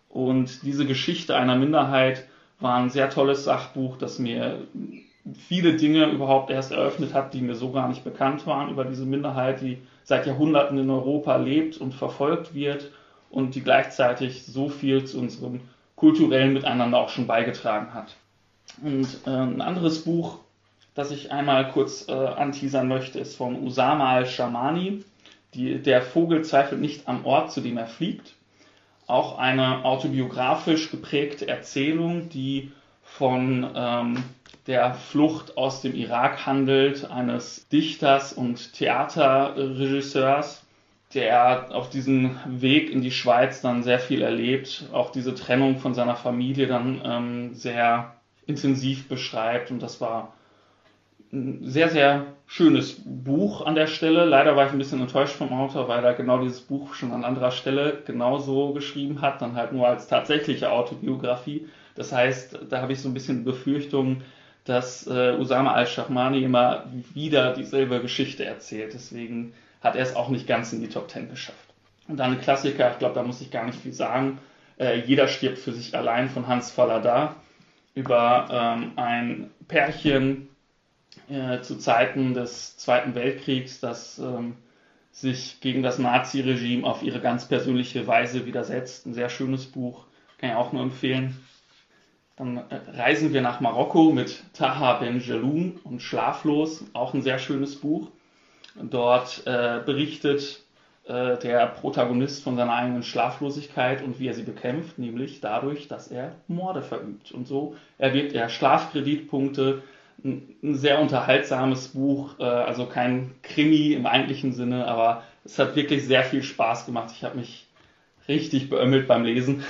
Und diese Geschichte einer Minderheit war ein sehr tolles Sachbuch, das mir viele Dinge überhaupt erst eröffnet hat, die mir so gar nicht bekannt waren über diese Minderheit, die seit Jahrhunderten in Europa lebt und verfolgt wird und die gleichzeitig so viel zu unserem kulturellen Miteinander auch schon beigetragen hat. Und äh, ein anderes Buch, das ich einmal kurz äh, anteasern möchte, ist von Usama al-Shamani. Die, der Vogel zweifelt nicht am Ort, zu dem er fliegt. Auch eine autobiografisch geprägte Erzählung, die von ähm, der Flucht aus dem Irak handelt, eines Dichters und Theaterregisseurs, der auf diesem Weg in die Schweiz dann sehr viel erlebt, auch diese Trennung von seiner Familie dann ähm, sehr intensiv beschreibt. Und das war ein sehr, sehr schönes Buch an der Stelle. Leider war ich ein bisschen enttäuscht vom Autor, weil er genau dieses Buch schon an anderer Stelle genauso geschrieben hat, dann halt nur als tatsächliche Autobiografie. Das heißt, da habe ich so ein bisschen Befürchtungen, dass äh, Usama al-Shamani immer wieder dieselbe Geschichte erzählt. Deswegen hat er es auch nicht ganz in die Top Ten geschafft. Und dann ein Klassiker, ich glaube, da muss ich gar nicht viel sagen. Äh, Jeder stirbt für sich allein von Hans Fallada über ähm, ein Pärchen äh, zu Zeiten des Zweiten Weltkriegs, das ähm, sich gegen das Naziregime auf ihre ganz persönliche Weise widersetzt. Ein sehr schönes Buch, kann ich auch nur empfehlen. Dann reisen wir nach Marokko mit Taha Ben Jelloun und Schlaflos, auch ein sehr schönes Buch. Dort äh, berichtet äh, der Protagonist von seiner eigenen Schlaflosigkeit und wie er sie bekämpft, nämlich dadurch, dass er Morde verübt. Und so erwirbt er Schlafkreditpunkte. Ein, ein sehr unterhaltsames Buch, äh, also kein Krimi im eigentlichen Sinne, aber es hat wirklich sehr viel Spaß gemacht. Ich habe mich richtig beömmelt beim Lesen.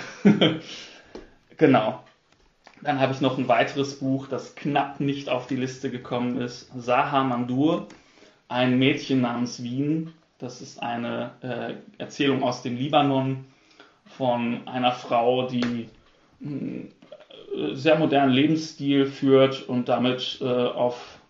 Genau. Dann habe ich noch ein weiteres Buch, das knapp nicht auf die Liste gekommen ist. Saha Mandur, ein Mädchen namens Wien. Das ist eine äh, Erzählung aus dem Libanon von einer Frau, die einen äh, sehr modernen Lebensstil führt und damit äh, auf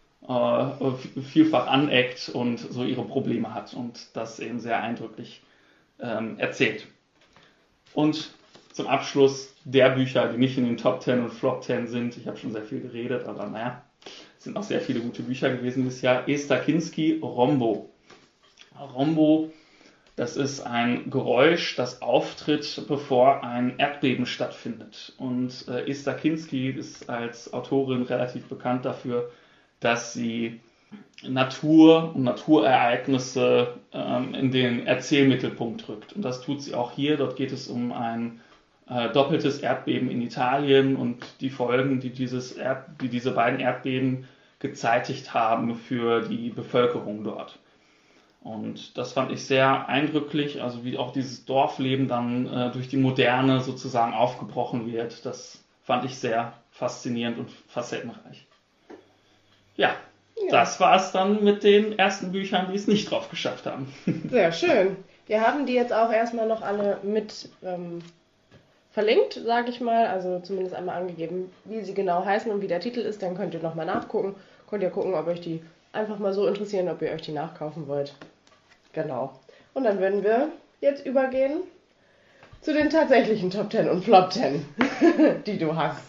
äh, vielfach aneckt und so ihre Probleme hat und das eben sehr eindrücklich ähm, erzählt. Und zum Abschluss der Bücher, die nicht in den Top Ten und Flop Ten sind. Ich habe schon sehr viel geredet, aber naja, es sind auch sehr viele gute Bücher gewesen dieses Jahr. Esther Kinsky, Rombo. Rombo, das ist ein Geräusch, das auftritt, bevor ein Erdbeben stattfindet. Und äh, Esther Kinsky ist als Autorin relativ bekannt dafür, dass sie Natur und Naturereignisse ähm, in den Erzählmittelpunkt rückt. Und das tut sie auch hier. Dort geht es um ein äh, doppeltes Erdbeben in Italien und die Folgen, die, dieses Erd, die diese beiden Erdbeben gezeitigt haben für die Bevölkerung dort. Und das fand ich sehr eindrücklich, also wie auch dieses Dorfleben dann äh, durch die Moderne sozusagen aufgebrochen wird. Das fand ich sehr faszinierend und facettenreich. Ja. Ja. Das war es dann mit den ersten Büchern, die es nicht drauf geschafft haben. Sehr schön. Wir haben die jetzt auch erstmal noch alle mit ähm, verlinkt, sage ich mal. Also zumindest einmal angegeben, wie sie genau heißen und wie der Titel ist. Dann könnt ihr nochmal nachgucken. Könnt ihr gucken, ob euch die einfach mal so interessieren, ob ihr euch die nachkaufen wollt. Genau. Und dann würden wir jetzt übergehen zu den tatsächlichen Top Ten und Flop Ten, die du hast.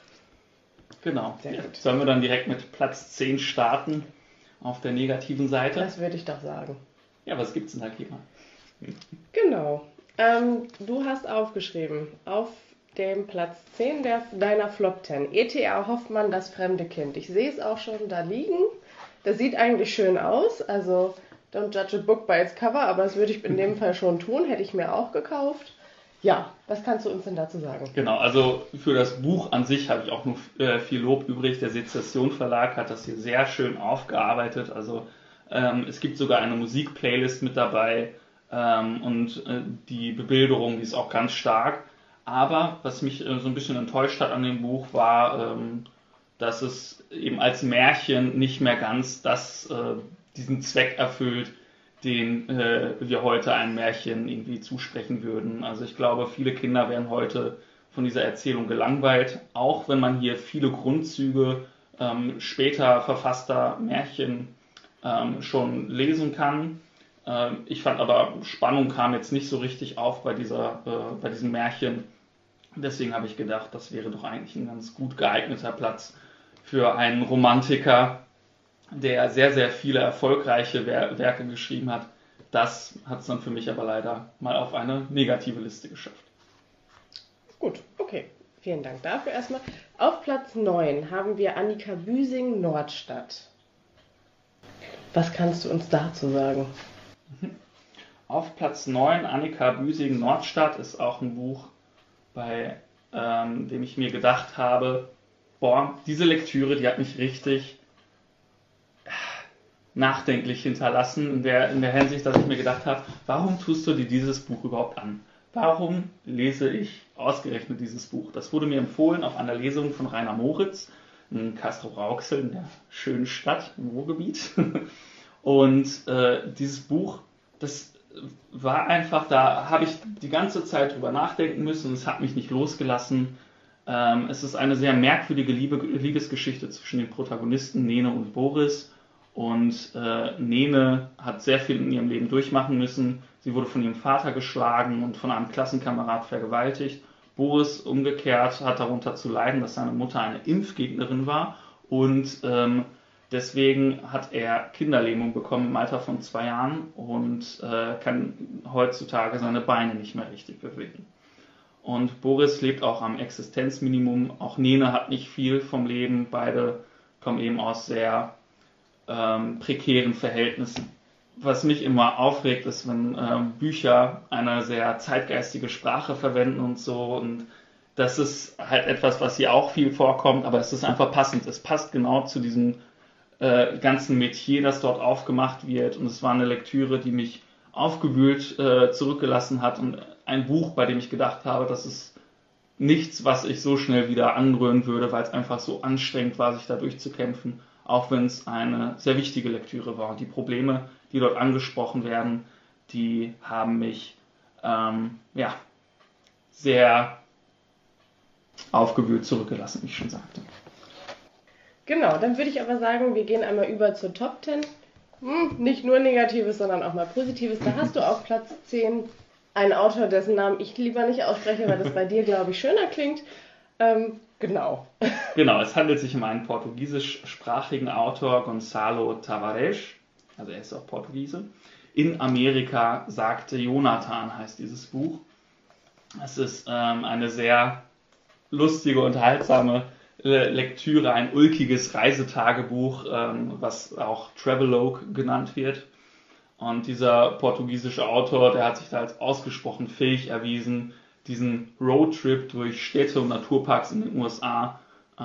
Genau. Ja. Sollen wir dann direkt mit Platz zehn starten auf der negativen Seite? Das würde ich doch sagen. Ja, was gibt's denn da, Kira? Genau. Ähm, du hast aufgeschrieben, auf dem Platz zehn der, deiner Flop Ten, E T A Hoffmann, das fremde Kind. Ich sehe es auch schon da liegen. Das sieht eigentlich schön aus. Also, don't judge a book by its cover, aber das würde ich in dem Fall schon tun. Hätte ich mir auch gekauft. Ja, was kannst du uns denn dazu sagen? Genau, also für das Buch an sich habe ich auch nur äh, viel Lob übrig. Der Sezession Verlag hat das hier sehr schön aufgearbeitet. Also ähm, es gibt sogar eine Musikplaylist mit dabei ähm, und äh, die Bebilderung, die ist auch ganz stark. Aber was mich äh, so ein bisschen enttäuscht hat an dem Buch war, ähm, dass es eben als Märchen nicht mehr ganz das, äh, diesen Zweck erfüllt, den äh, wir heute einem Märchen irgendwie zusprechen würden. Also ich glaube, viele Kinder werden heute von dieser Erzählung gelangweilt, auch wenn man hier viele Grundzüge ähm, später verfasster Märchen ähm, schon lesen kann. Ähm, ich fand aber, Spannung kam jetzt nicht so richtig auf bei, dieser, äh, bei diesem Märchen. Deswegen habe ich gedacht, das wäre doch eigentlich ein ganz gut geeigneter Platz für einen Romantiker, der sehr, sehr viele erfolgreiche Wer- Werke geschrieben hat. Das hat es dann für mich aber leider mal auf eine negative Liste geschafft. Gut, okay. Vielen Dank dafür erstmal. Auf Platz neun haben wir Annika Büsing, Nordstadt. Was kannst du uns dazu sagen? Auf Platz neun, Annika Büsing, Nordstadt, ist auch ein Buch, bei ähm, dem ich mir gedacht habe, boah, diese Lektüre, die hat mich richtig nachdenklich hinterlassen, in der, in der Hinsicht, dass ich mir gedacht habe, warum tust du dir dieses Buch überhaupt an? Warum lese ich ausgerechnet dieses Buch? Das wurde mir empfohlen auf einer Lesung von Rainer Moritz in Castrop-Rauxel, in der schönen Stadt im Ruhrgebiet. Und äh, dieses Buch, das war einfach, da habe ich die ganze Zeit drüber nachdenken müssen und es hat mich nicht losgelassen. Ähm, es ist eine sehr merkwürdige Liebe, Liebesgeschichte zwischen den Protagonisten Nene und Boris. Und äh, Nene hat sehr viel in ihrem Leben durchmachen müssen. Sie wurde von ihrem Vater geschlagen und von einem Klassenkamerad vergewaltigt. Boris umgekehrt hat darunter zu leiden, dass seine Mutter eine Impfgegnerin war und ähm, deswegen hat er Kinderlähmung bekommen im Alter von zwei Jahren und äh, kann heutzutage seine Beine nicht mehr richtig bewegen. Und Boris lebt auch am Existenzminimum. Auch Nene hat nicht viel vom Leben. Beide kommen eben aus sehr ähm, prekären Verhältnissen. Was mich immer aufregt, ist, wenn ähm, Bücher eine sehr zeitgeistige Sprache verwenden und so. Und das ist halt etwas, was hier auch viel vorkommt, aber es ist einfach passend. Es passt genau zu diesem äh, ganzen Metier, das dort aufgemacht wird. Und es war eine Lektüre, die mich aufgewühlt äh, zurückgelassen hat und ein Buch, bei dem ich gedacht habe, das ist nichts, was ich so schnell wieder anrühren würde, weil es einfach so anstrengend war, sich da durchzukämpfen, auch wenn es eine sehr wichtige Lektüre war. Und die Probleme, die dort angesprochen werden, die haben mich ähm, ja, sehr aufgewühlt zurückgelassen, wie ich schon sagte. Genau, dann würde ich aber sagen, wir gehen einmal über zur Top zehn. Hm, nicht nur Negatives, sondern auch mal Positives. Da hast du auf Platz zehn einen Autor, dessen Namen ich lieber nicht ausspreche, weil das bei dir, glaube ich, schöner klingt. Ähm, genau. Genau, es handelt sich um einen portugiesischsprachigen Autor, Gonçalo Tavares, also er ist auch Portugiese. In Amerika sagte Jonathan, heißt dieses Buch. Es ist ähm, eine sehr lustige, unterhaltsame Lektüre, ein ulkiges Reisetagebuch, ähm, was auch Travelogue genannt wird. Und dieser portugiesische Autor, der hat sich da als ausgesprochen fähig erwiesen, diesen Roadtrip durch Städte und Naturparks in den U S A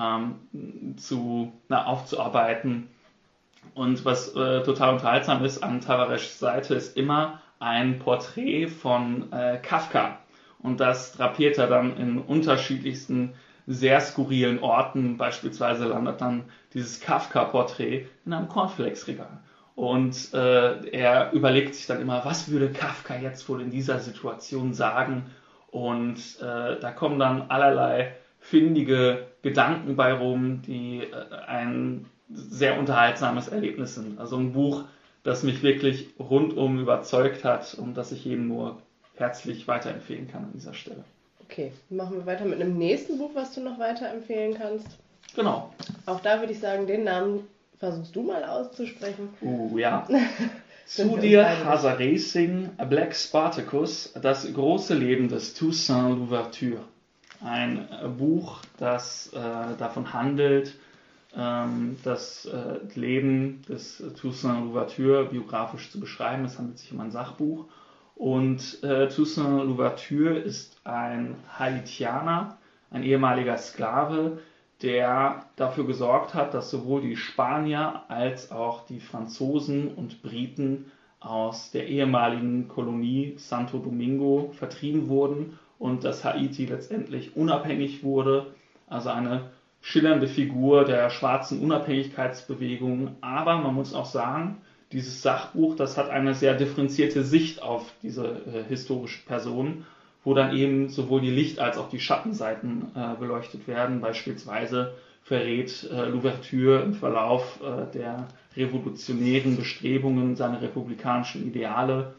ähm, zu, na, aufzuarbeiten. Und was äh, total unterhaltsam ist, an Tavares Seite ist immer ein Porträt von äh, Kafka. Und das drapiert er dann in unterschiedlichsten sehr skurrilen Orten. Beispielsweise landet dann dieses Kafka-Porträt in einem Cornflakes-Regal. Und äh, er überlegt sich dann immer, was würde Kafka jetzt wohl in dieser Situation sagen? Und äh, da kommen dann allerlei findige Gedanken bei rum, die äh, ein sehr unterhaltsames Erlebnis sind. Also ein Buch, das mich wirklich rundum überzeugt hat und das ich jedem nur herzlich weiterempfehlen kann an dieser Stelle. Okay, machen wir weiter mit einem nächsten Buch, was du noch weiterempfehlen kannst. Genau. Auch da würde ich sagen, den Namen versuchst du mal auszusprechen. Uh, ja. Sudir Haza-Racing, A Black Spartacus, das große Leben des Toussaint Louverture. Ein Buch, das äh, davon handelt, ähm, das äh, Leben des Toussaint Louverture biografisch zu beschreiben. Es handelt sich um ein Sachbuch. Und äh, Toussaint Louverture ist ein Haitianer, ein ehemaliger Sklave, der dafür gesorgt hat, dass sowohl die Spanier als auch die Franzosen und Briten aus der ehemaligen Kolonie Santo Domingo vertrieben wurden und dass Haiti letztendlich unabhängig wurde. Also eine schillernde Figur der schwarzen Unabhängigkeitsbewegung. Aber man muss auch sagen, dieses Sachbuch, das hat eine sehr differenzierte Sicht auf diese äh, historische Person, wo dann eben sowohl die Licht- als auch die Schattenseiten äh, beleuchtet werden. Beispielsweise verrät äh, Louverture im Verlauf äh, der revolutionären Bestrebungen seine republikanischen Ideale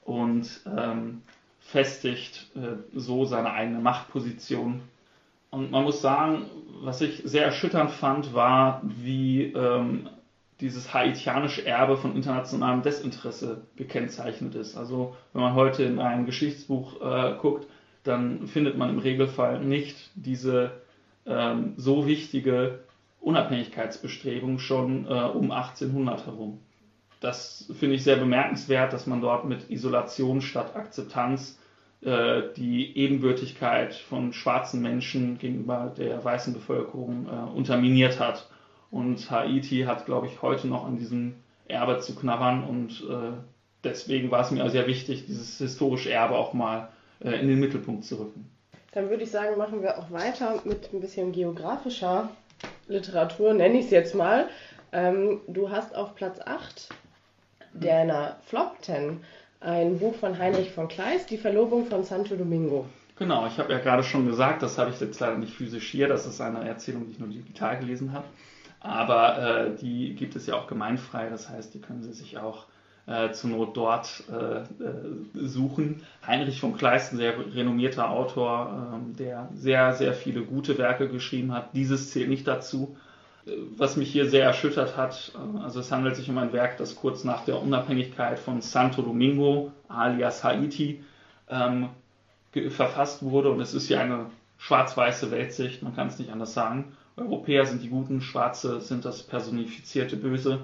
und ähm, festigt äh, so seine eigene Machtposition. Und man muss sagen, was ich sehr erschütternd fand, war, wie ähm, dieses haitianische Erbe von internationalem Desinteresse gekennzeichnet ist. Also wenn man heute in ein Geschichtsbuch äh, guckt, dann findet man im Regelfall nicht diese ähm, so wichtige Unabhängigkeitsbestrebung schon äh, um achtzehnhundert herum. Das finde ich sehr bemerkenswert, dass man dort mit Isolation statt Akzeptanz äh, die Ebenbürtigkeit von schwarzen Menschen gegenüber der weißen Bevölkerung äh, unterminiert hat. Und Haiti hat, glaube ich, heute noch an diesem Erbe zu knabbern und äh, deswegen war es mir sehr wichtig, dieses historische Erbe auch mal äh, in den Mittelpunkt zu rücken. Dann würde ich sagen, machen wir auch weiter mit ein bisschen geografischer Literatur, nenne ich es jetzt mal. Ähm, du hast auf Platz acht deiner Flop zehn ein Buch von Heinrich von Kleist, Die Verlobung von Santo Domingo. Genau, ich habe ja gerade schon gesagt, das habe ich jetzt leider nicht physisch hier, das ist eine Erzählung, die ich nur digital gelesen habe. Aber äh, die gibt es ja auch gemeinfrei, das heißt, die können Sie sich auch äh, zur Not dort äh, suchen. Heinrich von Kleist, ein sehr renommierter Autor, äh, der sehr, sehr viele gute Werke geschrieben hat. Dieses zählt nicht dazu. Was mich hier sehr erschüttert hat, also es handelt sich um ein Werk, das kurz nach der Unabhängigkeit von Santo Domingo, alias Haiti, ähm, ge- verfasst wurde. Und es ist hier eine schwarz-weiße Weltsicht, man kann es nicht anders sagen. Europäer sind die Guten, Schwarze sind das personifizierte Böse.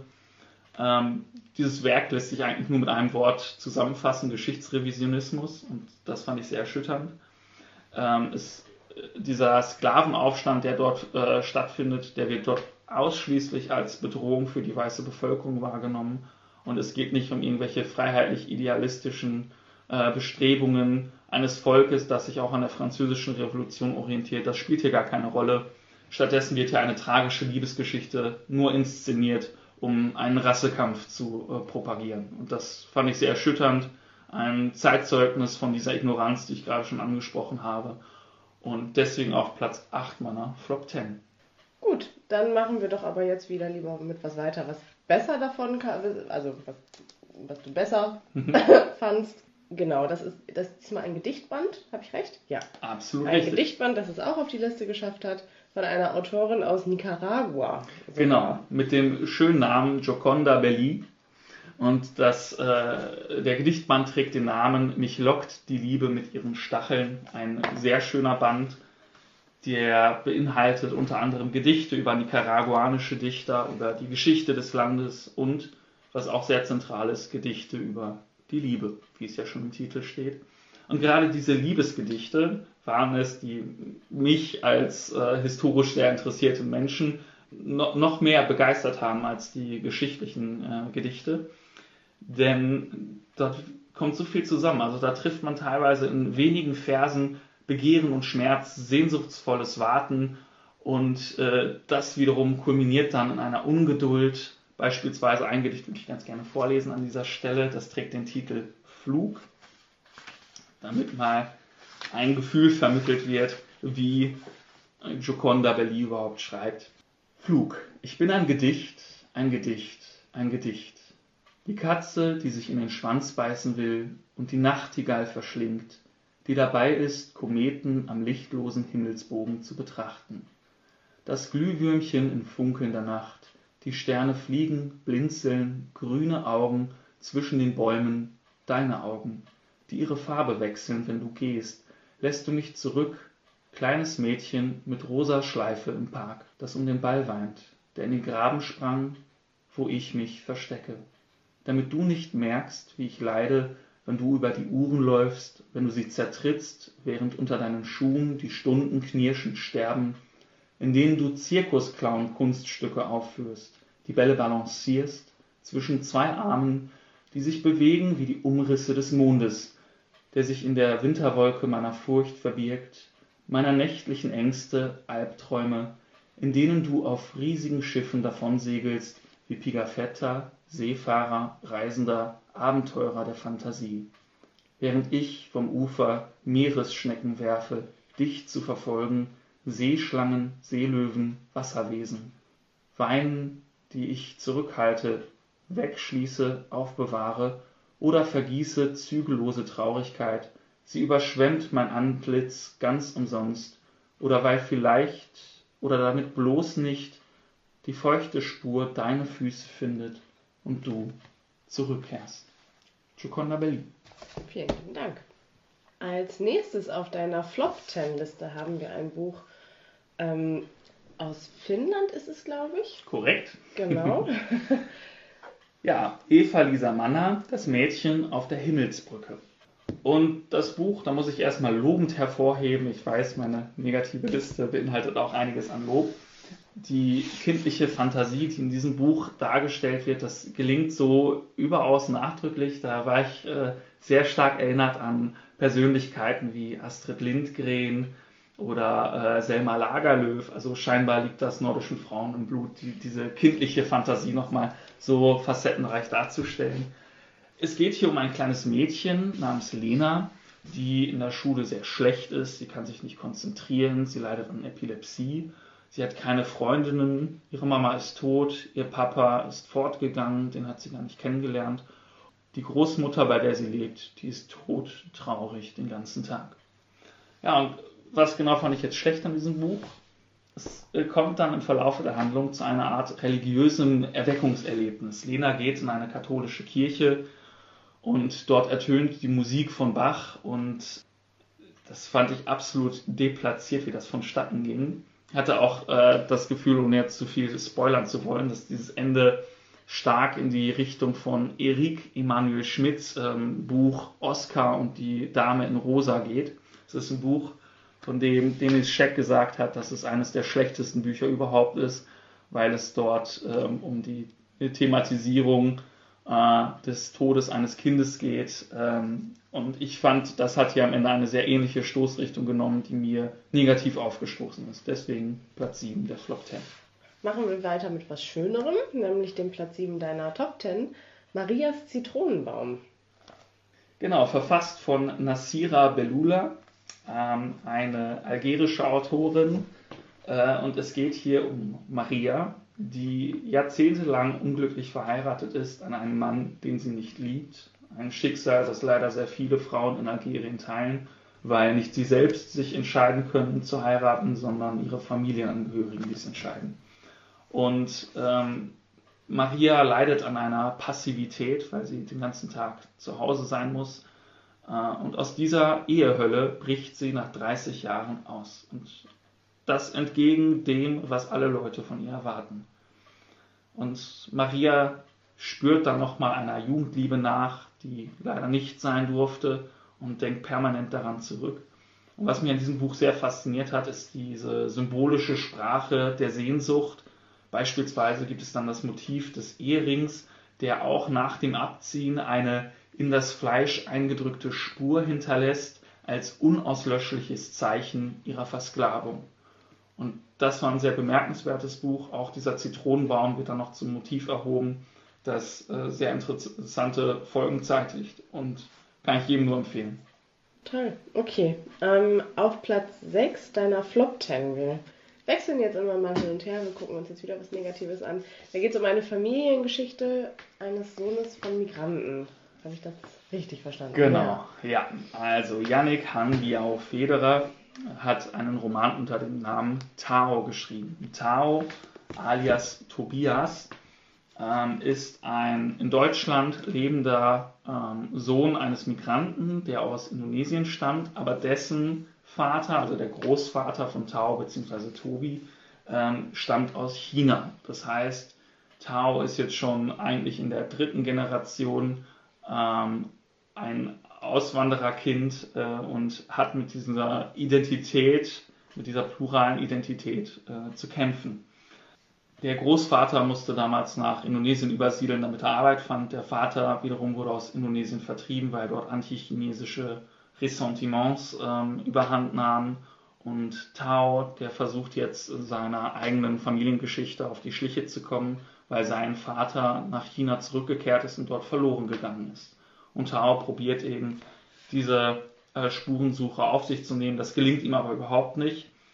Ähm, dieses Werk lässt sich eigentlich nur mit einem Wort zusammenfassen, Geschichtsrevisionismus, und das fand ich sehr erschütternd. Ähm, es, dieser Sklavenaufstand, der dort äh, stattfindet, der wird dort ausschließlich als Bedrohung für die weiße Bevölkerung wahrgenommen, und es geht nicht um irgendwelche freiheitlich-idealistischen äh, Bestrebungen eines Volkes, das sich auch an der französischen Revolution orientiert. Das spielt hier gar keine Rolle. Stattdessen wird hier eine tragische Liebesgeschichte nur inszeniert, um einen Rassekampf zu äh, propagieren. Und das fand ich sehr erschütternd. Ein Zeitzeugnis von dieser Ignoranz, die ich gerade schon angesprochen habe. Und deswegen auf Platz acht meiner Flop zehn. Gut, dann machen wir doch aber jetzt wieder lieber mit was weiter, was besser davon kann, also was, was du besser fandst. Genau, das ist, das ist diesmal ein Gedichtband, habe ich recht? Ja. Absolut ein richtig. Ein Gedichtband, das es auch auf die Liste geschafft hat, von einer Autorin aus Nicaragua. Sogar. Genau, mit dem schönen Namen Gioconda Belli. Und das, äh, der Gedichtband trägt den Namen Mich lockt die Liebe mit ihren Stacheln. Ein sehr schöner Band, der beinhaltet unter anderem Gedichte über nicaraguanische Dichter, über die Geschichte des Landes und, was auch sehr zentral ist, Gedichte über die Liebe, wie es ja schon im Titel steht. Und gerade diese Liebesgedichte waren es, die mich als äh, historisch sehr interessierten Menschen no- noch mehr begeistert haben als die geschichtlichen äh, Gedichte. Denn dort kommt so viel zusammen. Also da trifft man teilweise in wenigen Versen Begehren und Schmerz, sehnsuchtsvolles Warten, und äh, das wiederum kulminiert dann in einer Ungeduld. Beispielsweise ein Gedicht würde ich ganz gerne vorlesen an dieser Stelle. Das trägt den Titel Flug, damit mal ein Gefühl vermittelt wird, wie Gioconda Belli überhaupt schreibt. Flug. Ich bin ein Gedicht, ein Gedicht, ein Gedicht. Die Katze, die sich in den Schwanz beißen will und die Nachtigall verschlingt, die dabei ist, Kometen am lichtlosen Himmelsbogen zu betrachten. Das Glühwürmchen in funkelnder Nacht, die Sterne fliegen, blinzeln, grüne Augen zwischen den Bäumen, deine Augen, die ihre Farbe wechseln, wenn du gehst, lässt du mich zurück, kleines Mädchen mit rosa Schleife im Park, das um den Ball weint, der in den Graben sprang, wo ich mich verstecke. Damit du nicht merkst, wie ich leide, wenn du über die Uhren läufst, wenn du sie zertrittst, während unter deinen Schuhen die Stunden knirschend sterben, in denen du Zirkusclown-Kunststücke aufführst, die Bälle balancierst, zwischen zwei Armen, die sich bewegen wie die Umrisse des Mondes, der sich in der Winterwolke meiner Furcht verbirgt, meiner nächtlichen Ängste, Albträume, in denen du auf riesigen Schiffen davonsegelst, wie Pigafetta, Seefahrer, Reisender, Abenteurer der Fantasie, während ich vom Ufer Meeresschnecken werfe, dich zu verfolgen, Seeschlangen, Seelöwen, Wasserwesen. Weinen, die ich zurückhalte, wegschließe, aufbewahre oder vergieße zügellose Traurigkeit. Sie überschwemmt mein Antlitz ganz umsonst, oder weil vielleicht oder damit bloß nicht die feuchte Spur deine Füße findet und du zurückkehrst. Gioconda Belli. Vielen lieben Dank. Als nächstes auf deiner Flop zehn Liste haben wir ein Buch ähm, aus Finnland, ist es, glaube ich. Korrekt. Genau. Ja, Eva-Lisa Manner, das Mädchen auf der Himmelsbrücke. Und das Buch, da muss ich erstmal lobend hervorheben, ich weiß, meine negative Liste beinhaltet auch einiges an Lob. Die kindliche Fantasie, die in diesem Buch dargestellt wird, das gelingt so überaus nachdrücklich. Da war ich äh, sehr stark erinnert an Persönlichkeiten wie Astrid Lindgren oder äh, Selma Lagerlöf. Also scheinbar liegt das nordischen Frauen im Blut, die, diese kindliche Fantasie nochmal so facettenreich darzustellen. Es geht hier um ein kleines Mädchen namens Lena, die in der Schule sehr schlecht ist. Sie kann sich nicht konzentrieren, sie leidet an Epilepsie. Sie hat keine Freundinnen, ihre Mama ist tot, ihr Papa ist fortgegangen, den hat sie gar nicht kennengelernt. Die Großmutter, bei der sie lebt, die ist todtraurig den ganzen Tag. Ja, und was genau fand ich jetzt schlecht an diesem Buch? Es kommt dann im Verlauf der Handlung zu einer Art religiösem Erweckungserlebnis. Lena geht in eine katholische Kirche und dort ertönt die Musik von Bach und das fand ich absolut deplatziert, wie das vonstatten ging. Ich hatte auch äh, das Gefühl, ohne jetzt zu viel spoilern zu wollen, dass dieses Ende stark in die Richtung von Erik Emanuel Schmidts ähm, Buch Oskar und die Dame in Rosa geht. Es ist ein Buch, von dem Denis Scheck gesagt hat, dass es eines der schlechtesten Bücher überhaupt ist, weil es dort ähm, um die Thematisierung äh, des Todes eines Kindes geht. Ähm, und ich fand, das hat hier am Ende eine sehr ähnliche Stoßrichtung genommen, die mir negativ aufgestoßen ist. Deswegen Platz sieben der Flop zehn. Machen wir weiter mit was Schönerem, nämlich dem Platz sieben deiner Top zehn, Marias Zitronenbaum. Genau, verfasst von Nassira Belula, ähm, eine algerische Autorin. Äh, und es geht hier um Maria, die jahrzehntelang unglücklich verheiratet ist an einen Mann, den sie nicht liebt. Ein Schicksal, das leider sehr viele Frauen in Algerien teilen, weil nicht sie selbst sich entscheiden können zu heiraten, sondern ihre Familienangehörigen dies entscheiden. Und ähm, Maria leidet an einer Passivität, weil sie den ganzen Tag zu Hause sein muss. Äh, und aus dieser Ehehölle bricht sie nach dreißig Jahren aus. Und das entgegen dem, was alle Leute von ihr erwarten. Und Maria spürt dann nochmal einer Jugendliebe nach, die leider nicht sein durfte, und denkt permanent daran zurück. Und was mich an diesem Buch sehr fasziniert hat, ist diese symbolische Sprache der Sehnsucht. Beispielsweise gibt es dann das Motiv des Eherings, der auch nach dem Abziehen eine in das Fleisch eingedrückte Spur hinterlässt, als unauslöschliches Zeichen ihrer Versklavung. Und das war ein sehr bemerkenswertes Buch. Auch dieser Zitronenbaum wird dann noch zum Motiv erhoben, das äh, sehr interessante Folgen zeitigt und kann ich jedem nur empfehlen. Toll, okay. Ähm, auf Platz sechs deiner Flop zehn. Wir wechseln jetzt immer mal hin und her, wir gucken uns jetzt wieder was Negatives an. Da geht es um eine Familiengeschichte eines Sohnes von Migranten. Habe ich das richtig verstanden? Genau, ja. Also Yannick Hangiao Federer hat einen Roman unter dem Namen Tao geschrieben. Tao alias Tobias ähm, ist ein in Deutschland lebender ähm, Sohn eines Migranten, der aus Indonesien stammt, aber dessen Vater, also der Großvater von Tao bzw. Tobi, ähm, stammt aus China. Das heißt, Tao ist jetzt schon eigentlich in der dritten Generation ähm, ein Auswandererkind äh, und hat mit dieser Identität, mit dieser pluralen Identität äh, zu kämpfen. Der Großvater musste damals nach Indonesien übersiedeln, damit er Arbeit fand. Der Vater wiederum wurde aus Indonesien vertrieben, weil dort antichinesische Ressentiments ähm, überhand nahmen. Und Tao, der versucht jetzt seiner eigenen Familiengeschichte auf die Schliche zu kommen, weil sein Vater nach China zurückgekehrt ist und dort verloren gegangen ist. Und Tao probiert eben, diese äh, Spurensuche auf sich zu nehmen. Das gelingt ihm aber überhaupt nicht.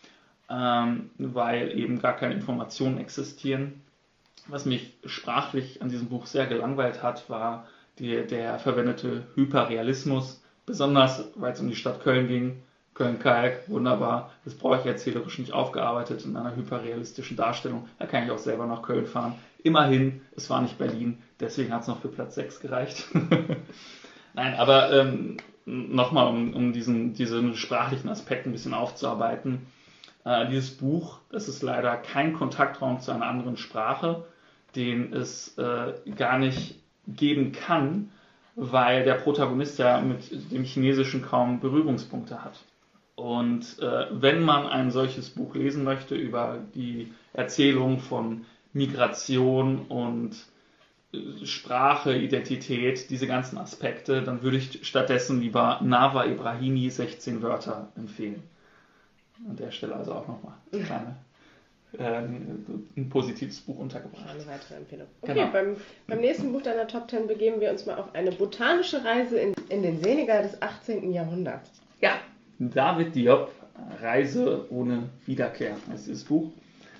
ähm, weil eben gar keine Informationen existieren. Was mich sprachlich an diesem Buch sehr gelangweilt hat, war die, der verwendete Hyperrealismus, besonders weil es um die Stadt Köln ging. Köln-Kalk, wunderbar. Das brauche ich erzählerisch nicht aufgearbeitet in einer hyperrealistischen Darstellung. Da kann ich auch selber nach Köln fahren. Immerhin, es war nicht Berlin, deswegen hat es noch für Platz sechs gereicht. Nein, aber ähm, nochmal, um, um diesen, diesen sprachlichen Aspekt ein bisschen aufzuarbeiten. Äh, dieses Buch, das ist leider kein Kontaktraum zu einer anderen Sprache, den es äh, gar nicht geben kann, weil der Protagonist ja mit dem Chinesischen kaum Berührungspunkte hat. Und äh, wenn man ein solches Buch lesen möchte über die Erzählung von Migration und äh, Sprache, Identität, diese ganzen Aspekte, dann würde ich stattdessen lieber Nawa Ibrahimi sechzehn Wörter empfehlen. An der Stelle also auch nochmal eine kleine, äh, ein positives Buch untergebracht. Eine weitere Empfehlung. Okay, genau. beim, beim nächsten Buch deiner Top Ten begeben wir uns mal auf eine botanische Reise in, in den Senegal des achtzehnten Jahrhunderts. Ja. David Diop, Reise ohne Wiederkehr, heißt dieses Buch.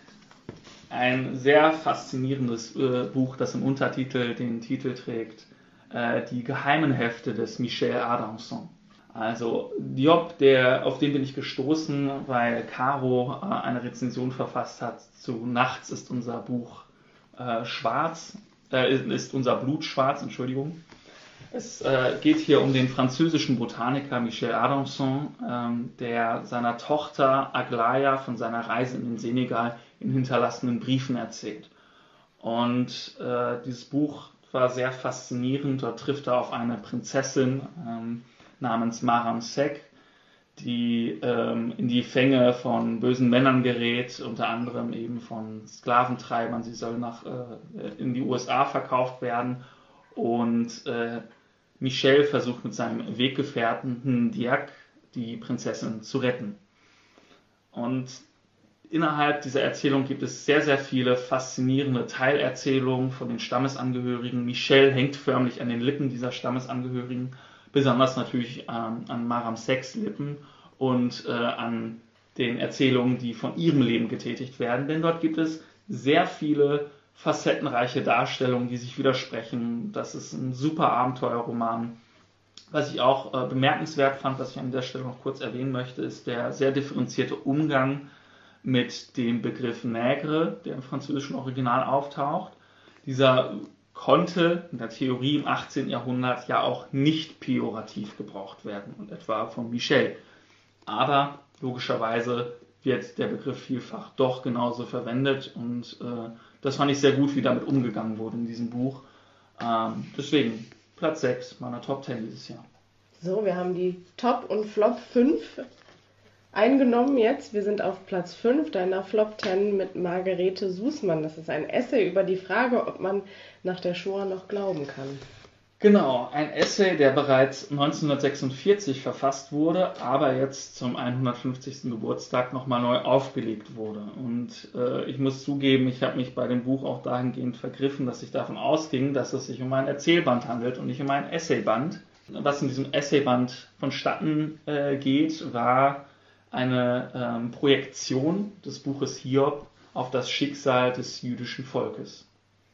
Ein sehr faszinierendes äh, Buch, das im Untertitel den Titel trägt, äh, Die geheimen Hefte des Michel Ardançon. Also Diop, der, auf den bin ich gestoßen, weil Caro äh, eine Rezension verfasst hat zu Nachts ist unser Buch äh, schwarz, äh, ist unser Blut schwarz, Entschuldigung. Es äh, geht hier um den französischen Botaniker Michel Ardançon, ähm, der seiner Tochter Aglaya von seiner Reise in den Senegal in hinterlassenen Briefen erzählt. Und äh, dieses Buch war sehr faszinierend. Dort trifft er auf eine Prinzessin ähm, namens Maram Sek, die ähm, in die Fänge von bösen Männern gerät, unter anderem eben von Sklaventreibern. Sie soll nach, äh, in die U S A verkauft werden. Und äh, Michel versucht mit seinem Weggefährten Diak die Prinzessin zu retten. Und innerhalb dieser Erzählung gibt es sehr, sehr viele faszinierende Teilerzählungen von den Stammesangehörigen. Michel hängt förmlich an den Lippen dieser Stammesangehörigen, besonders natürlich ähm, an Maram Seks Lippen und äh, an den Erzählungen, die von ihrem Leben getätigt werden. Denn dort gibt es sehr viele facettenreiche Darstellungen, die sich widersprechen. Das ist ein super Abenteuerroman. Was ich auch äh, bemerkenswert fand, was ich an dieser Stelle noch kurz erwähnen möchte, ist der sehr differenzierte Umgang mit dem Begriff Nègre, der im französischen Original auftaucht. Dieser konnte in der Theorie im achtzehnten Jahrhundert ja auch nicht pejorativ gebraucht werden, und etwa von Michel. Aber logischerweise wird der Begriff vielfach doch genauso verwendet, und äh, das fand ich sehr gut, wie damit umgegangen wurde in diesem Buch. Ähm, deswegen Platz sechs meiner Top zehn dieses Jahr. So, wir haben die Top- und Flop fünf eingenommen jetzt. Wir sind auf Platz fünf deiner Flop zehn mit Margarete Sußmann. Das ist ein Essay über die Frage, ob man nach der Shoah noch glauben kann. Genau, ein Essay, der bereits neunzehnhundertsechsundvierzig verfasst wurde, aber jetzt zum hundertfünfzigsten Geburtstag nochmal neu aufgelegt wurde. Und äh, ich muss zugeben, ich habe mich bei dem Buch auch dahingehend vergriffen, dass ich davon ausging, dass es sich um ein Erzählband handelt und nicht um ein Essayband. Was in diesem Essayband vonstatten äh, geht, war eine ähm, Projektion des Buches Hiob auf das Schicksal des jüdischen Volkes.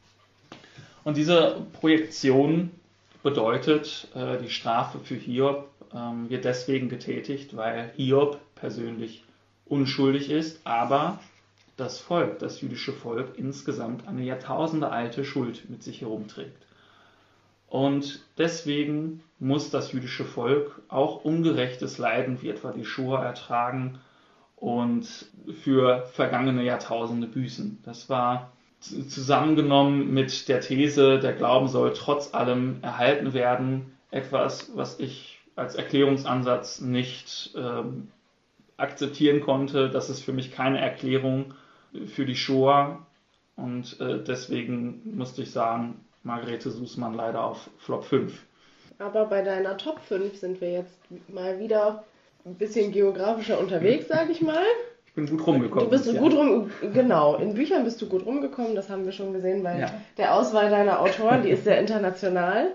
Und diese Projektion bedeutet, äh, die Strafe für Hiob ähm, wird deswegen getätigt, weil Hiob persönlich unschuldig ist, aber das Volk, das jüdische Volk, insgesamt eine jahrtausendealte Schuld mit sich herumträgt. Und deswegen muss das jüdische Volk auch ungerechtes Leiden wie etwa die Shoah ertragen und für vergangene Jahrtausende büßen. Das war zusammengenommen mit der These, der Glauben soll trotz allem erhalten werden, etwas, was ich als Erklärungsansatz nicht ähm, akzeptieren konnte. Das ist für mich keine Erklärung für die Shoah, und äh, deswegen musste ich sagen, Margarete Sußmann leider auf Flop fünf. Aber bei deiner Top fünf sind wir jetzt mal wieder ein bisschen geografischer unterwegs, sage ich mal. Ich bin gut rumgekommen. Du bist so gut rum, genau. In Büchern bist du gut rumgekommen, das haben wir schon gesehen bei ja. der Auswahl deiner Autoren, die ist sehr international.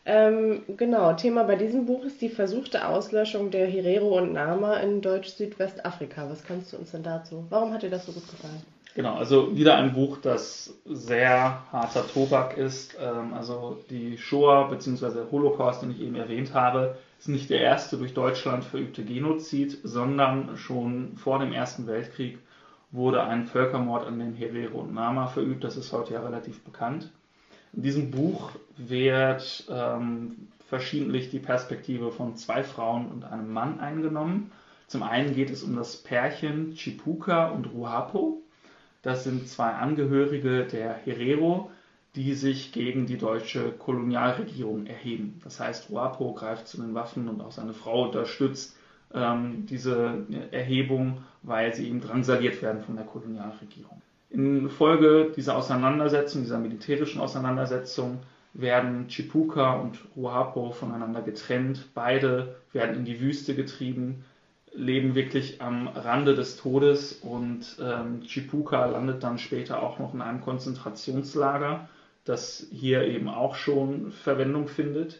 Ähm, genau, Thema bei diesem Buch ist die versuchte Auslöschung der Herero und Nama in Deutsch-Südwestafrika. Was kannst du uns denn dazu? Warum hat dir das so gut gefallen? Genau, also wieder ein Buch, das sehr harter Tobak ist. Ähm, also die Shoah bzw. der Holocaust, den ich eben erwähnt habe, ist nicht der erste durch Deutschland verübte Genozid, sondern schon vor dem Ersten Weltkrieg wurde ein Völkermord an den Herero und Nama verübt. Das ist heute ja relativ bekannt. In diesem Buch wird ähm, verschiedentlich die Perspektive von zwei Frauen und einem Mann eingenommen. Zum einen geht es um das Pärchen Chipuka und Ruapo. Das sind zwei Angehörige der Herero, die sich gegen die deutsche Kolonialregierung erheben. Das heißt, Ruapo greift zu den Waffen und auch seine Frau unterstützt ähm, diese Erhebung, weil sie eben drangsaliert werden von der Kolonialregierung. Infolge dieser Auseinandersetzung, dieser militärischen Auseinandersetzung, werden Chipuka und Ruapo voneinander getrennt. Beide werden in die Wüste getrieben, leben wirklich am Rande des Todes und ähm, Chipuka landet dann später auch noch in einem Konzentrationslager, das hier eben auch schon Verwendung findet.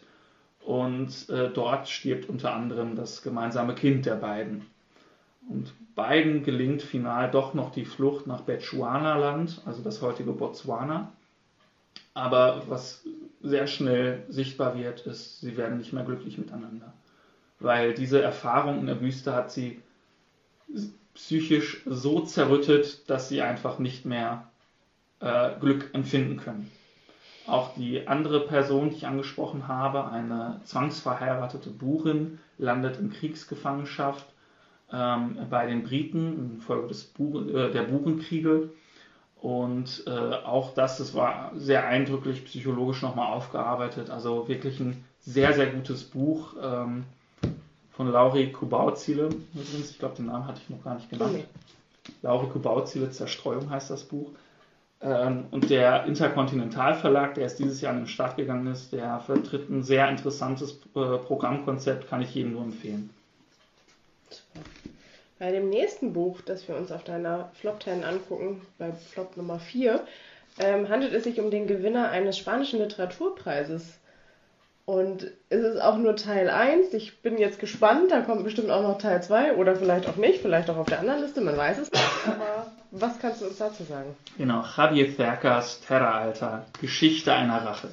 Und äh, dort stirbt unter anderem das gemeinsame Kind der beiden. Und beiden gelingt final doch noch die Flucht nach Bechuanaland, also das heutige Botswana. Aber was sehr schnell sichtbar wird, ist, sie werden nicht mehr glücklich miteinander. Weil diese Erfahrung in der Wüste hat sie psychisch so zerrüttet, dass sie einfach nicht mehr äh, Glück empfinden können. Auch die andere Person, die ich angesprochen habe, eine zwangsverheiratete Burin, landet in Kriegsgefangenschaft ähm, bei den Briten infolge des Buren, äh, der Burenkriege. Und äh, auch das, das war sehr eindrücklich psychologisch nochmal aufgearbeitet. Also wirklich ein sehr, sehr gutes Buch ähm, von Lauri Kubauzile. Ich glaube, den Namen hatte ich noch gar nicht genannt. Okay. Lauri Kubauzile, Zerstreuung heißt das Buch. Ähm, und der Interkontinental Verlag, der jetzt dieses Jahr in den Start gegangen ist, der vertritt ein sehr interessantes äh, Programmkonzept, kann ich jedem nur empfehlen. Super. Bei dem nächsten Buch, das wir uns auf deiner Flop zehn angucken, bei Flop Nummer vier, ähm, handelt es sich um den Gewinner eines spanischen Literaturpreises. Und es ist auch nur Teil eins. Ich bin jetzt gespannt, da kommt bestimmt auch noch Teil zwei oder vielleicht auch nicht, vielleicht auch auf der anderen Liste, man weiß es nicht. Aber was kannst du uns dazu sagen? Genau, Javier Cercas Terra Alta, Geschichte einer Rache.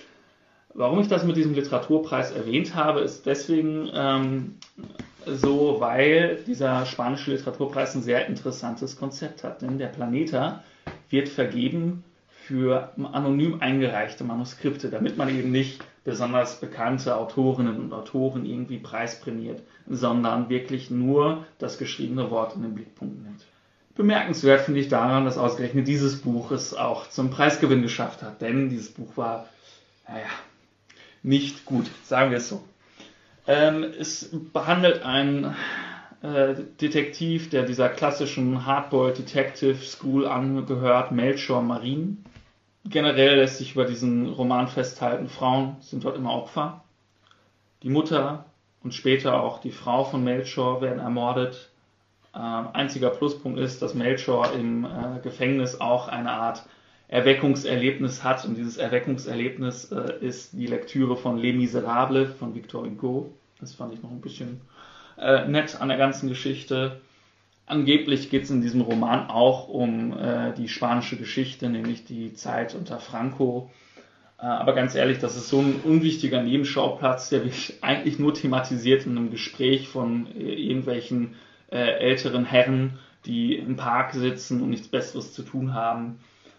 Warum ich das mit diesem Literaturpreis erwähnt habe, ist deswegen ähm, so, weil dieser spanische Literaturpreis ein sehr interessantes Konzept hat. Denn der Planeta wird vergeben für anonym eingereichte Manuskripte, damit man eben nicht besonders bekannte Autorinnen und Autoren irgendwie preisprämiert, sondern wirklich nur das geschriebene Wort in den Blickpunkt nimmt. Bemerkenswert finde ich daran, dass ausgerechnet dieses Buch es auch zum Preisgewinn geschafft hat, denn dieses Buch war, naja, nicht gut, sagen wir es so. Ähm, es behandelt einen äh, Detektiv, der dieser klassischen Hardboiled Detective School angehört, Melchior Marin. Generell lässt sich über diesen Roman festhalten, Frauen sind dort immer Opfer. Die Mutter und später auch die Frau von Melchior werden ermordet. Ähm, einziger Pluspunkt ist, dass Melchior im äh, Gefängnis auch eine Art Erweckungserlebnis hat. Und dieses Erweckungserlebnis äh, ist die Lektüre von Les Miserables von Victor Hugo. Das fand ich noch ein bisschen äh, nett an der ganzen Geschichte. Angeblich geht es in diesem Roman auch um äh, die spanische Geschichte, nämlich die Zeit unter Franco. Äh, aber ganz ehrlich, das ist so ein unwichtiger Nebenschauplatz, der wird eigentlich nur thematisiert in einem Gespräch von äh, irgendwelchen äh, älteren Herren, die im Park sitzen und nichts Besseres zu tun haben.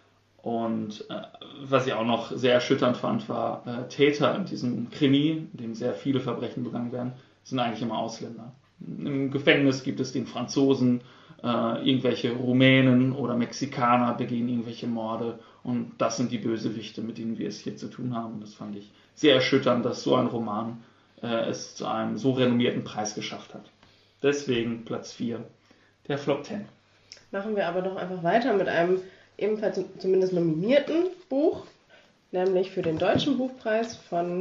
Und äh, was ich auch noch sehr erschütternd fand, war, äh, Täter in diesem Krimi, in dem sehr viele Verbrechen begangen werden, sind eigentlich immer Ausländer. Im Gefängnis gibt es den Franzosen, äh, irgendwelche Rumänen oder Mexikaner begehen irgendwelche Morde und das sind die Bösewichte, mit denen wir es hier zu tun haben. Und das fand ich sehr erschütternd, dass so ein Roman äh, es zu einem so renommierten Preis geschafft hat. Deswegen Platz vier, der Flop zehn. Machen wir aber doch einfach weiter mit einem ebenfalls zumindest nominierten Buch, nämlich für den Deutschen Buchpreis von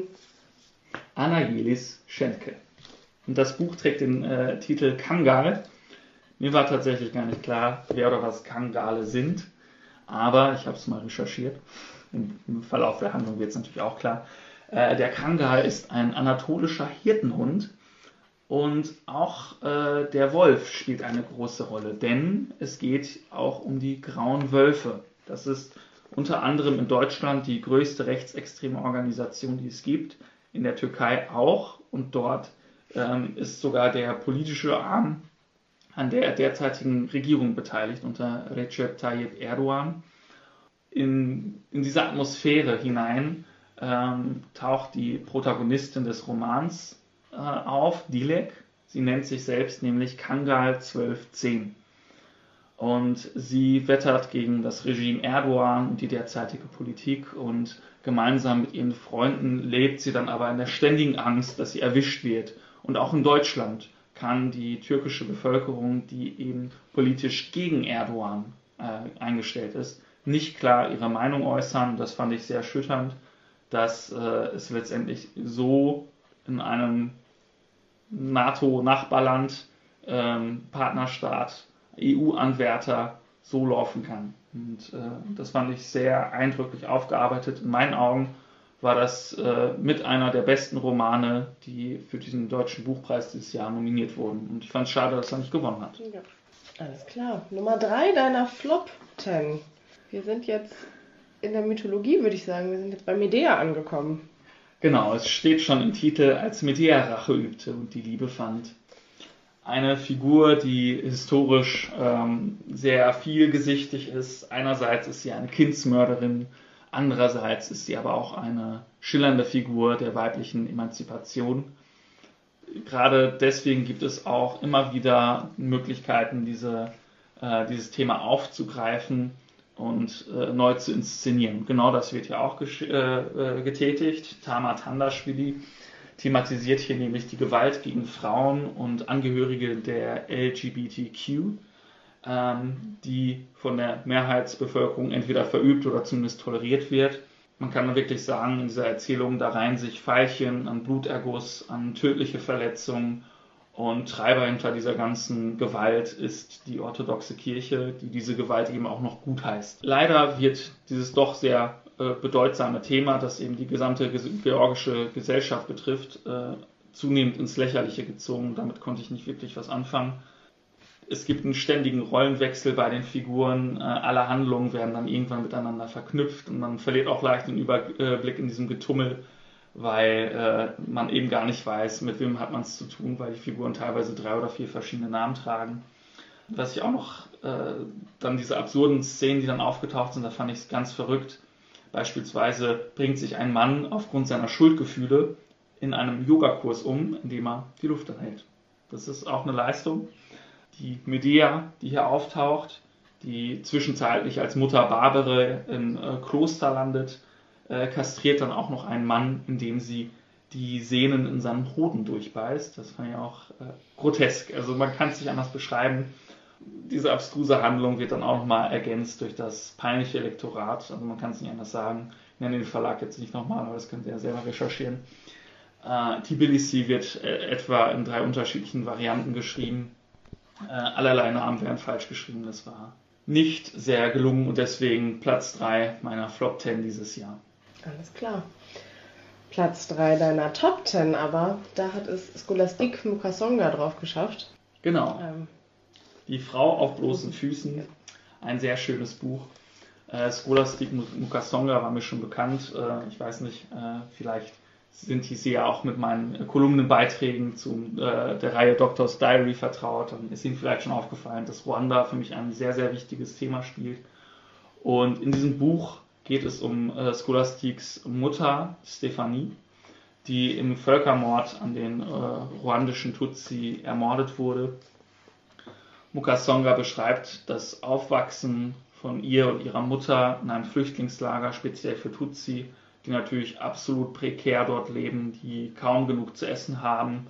Anna-Jelis Schenke. Und das Buch trägt den äh, Titel Kangal. Mir war tatsächlich gar nicht klar, wer oder was Kangale sind, aber ich habe es mal recherchiert. Im, Im Verlauf der Handlung wird es natürlich auch klar. Äh, der Kangal ist ein anatolischer Hirtenhund und auch äh, der Wolf spielt eine große Rolle, denn es geht auch um die Grauen Wölfe. Das ist unter anderem in Deutschland die größte rechtsextreme Organisation, die es gibt, in der Türkei auch, und dort ähm, ist sogar der politische Arm an der derzeitigen Regierung beteiligt unter Recep Tayyip Erdogan. In, in diese Atmosphäre hinein ähm, taucht die Protagonistin des Romans äh, auf, Dilek. Sie nennt sich selbst nämlich Kangal zwölf zehn. Und sie wettert gegen das Regime Erdogan und die derzeitige Politik, und gemeinsam mit ihren Freunden lebt sie dann aber in der ständigen Angst, dass sie erwischt wird. Und auch in Deutschland kann die türkische Bevölkerung, die eben politisch gegen Erdogan äh, eingestellt ist, nicht klar ihre Meinung äußern. Das fand ich sehr erschütternd, dass äh, es letztendlich so in einem NATO-Nachbarland, ähm, Partnerstaat, E U-Anwärter so laufen kann. Und äh, das fand ich sehr eindrücklich aufgearbeitet. In meinen Augen war das äh, mit einer der besten Romane, die für diesen deutschen Buchpreis dieses Jahr nominiert wurden. Und ich fand es schade, dass er nicht gewonnen hat. Ja. Alles klar. Nummer drei deiner Flop zehn. Wir sind jetzt in der Mythologie, würde ich sagen. Wir sind jetzt bei Medea angekommen. Genau, es steht schon im Titel, als Medea Rache übte und die Liebe fand. Eine Figur, die historisch ähm, sehr vielgesichtig ist. Einerseits ist sie eine Kindsmörderin, andererseits ist sie aber auch eine schillernde Figur der weiblichen Emanzipation. Gerade deswegen gibt es auch immer wieder Möglichkeiten, diese, äh, dieses Thema aufzugreifen und äh, neu zu inszenieren. Genau das wird hier auch gesch- äh, getätigt. Tamar Tandaschwili thematisiert hier nämlich die Gewalt gegen Frauen und Angehörige der L G B T Q, ähm, die von der Mehrheitsbevölkerung entweder verübt oder zumindest toleriert wird. Man kann wirklich sagen, in dieser Erzählung, da reihen sich Veilchen an Bluterguss, an tödliche Verletzungen, und Treiber hinter dieser ganzen Gewalt ist die orthodoxe Kirche, die diese Gewalt eben auch noch gutheißt. Leider wird dieses doch sehr äh, bedeutsame Thema, das eben die gesamte georgische Gesellschaft betrifft, äh, zunehmend ins Lächerliche gezogen. Damit konnte ich nicht wirklich was anfangen. Es gibt einen ständigen Rollenwechsel bei den Figuren. Äh, alle Handlungen werden dann irgendwann miteinander verknüpft, und man verliert auch leicht den Überblick in diesem Getummel, weil äh, man eben gar nicht weiß, mit wem hat man es zu tun, weil die Figuren teilweise drei oder vier verschiedene Namen tragen. Was ich auch noch, äh, dann diese absurden Szenen, die dann aufgetaucht sind, da fand ich es ganz verrückt. Beispielsweise bringt sich ein Mann aufgrund seiner Schuldgefühle in einem Yogakurs um, indem er die Luft anhält. Das ist auch eine Leistung. Die Medea, die hier auftaucht, die zwischenzeitlich als Mutter Barbere im äh, Kloster landet, Äh, kastriert dann auch noch einen Mann, indem sie die Sehnen in seinem Hoden durchbeißt. Das fand ich auch äh, grotesk. Also man kann es nicht anders beschreiben. Diese abstruse Handlung wird dann auch nochmal ergänzt durch das peinliche Lektorat. Also man kann es nicht anders sagen. Ich nenne den Verlag jetzt nicht nochmal, aber das könnt ihr ja selber recherchieren. Äh, Tbilisi wird äh, etwa in drei unterschiedlichen Varianten geschrieben. Äh, allerlei Namen werden falsch geschrieben. Das war nicht sehr gelungen und deswegen Platz drei meiner Flop zehn dieses Jahr. Alles klar. Platz drei deiner Top zehn, aber da hat es Scholastique Mukasonga drauf geschafft. Genau. Ähm. Die Frau auf bloßen Füßen. Ein sehr schönes Buch. Äh, Scholastique Mukasonga war mir schon bekannt. Äh, ich weiß nicht, äh, vielleicht sind die sie ja auch mit meinen Kolumnenbeiträgen zu äh, der Reihe Doctor's Diary vertraut. Dann ist Ihnen vielleicht schon aufgefallen, dass Ruanda für mich ein sehr, sehr wichtiges Thema spielt. Und in diesem Buch geht es um äh, Scholastiques Mutter, Stephanie, die im Völkermord an den äh, ruandischen Tutsi ermordet wurde. Mukasonga beschreibt das Aufwachsen von ihr und ihrer Mutter in einem Flüchtlingslager, speziell für Tutsi, die natürlich absolut prekär dort leben, die kaum genug zu essen haben.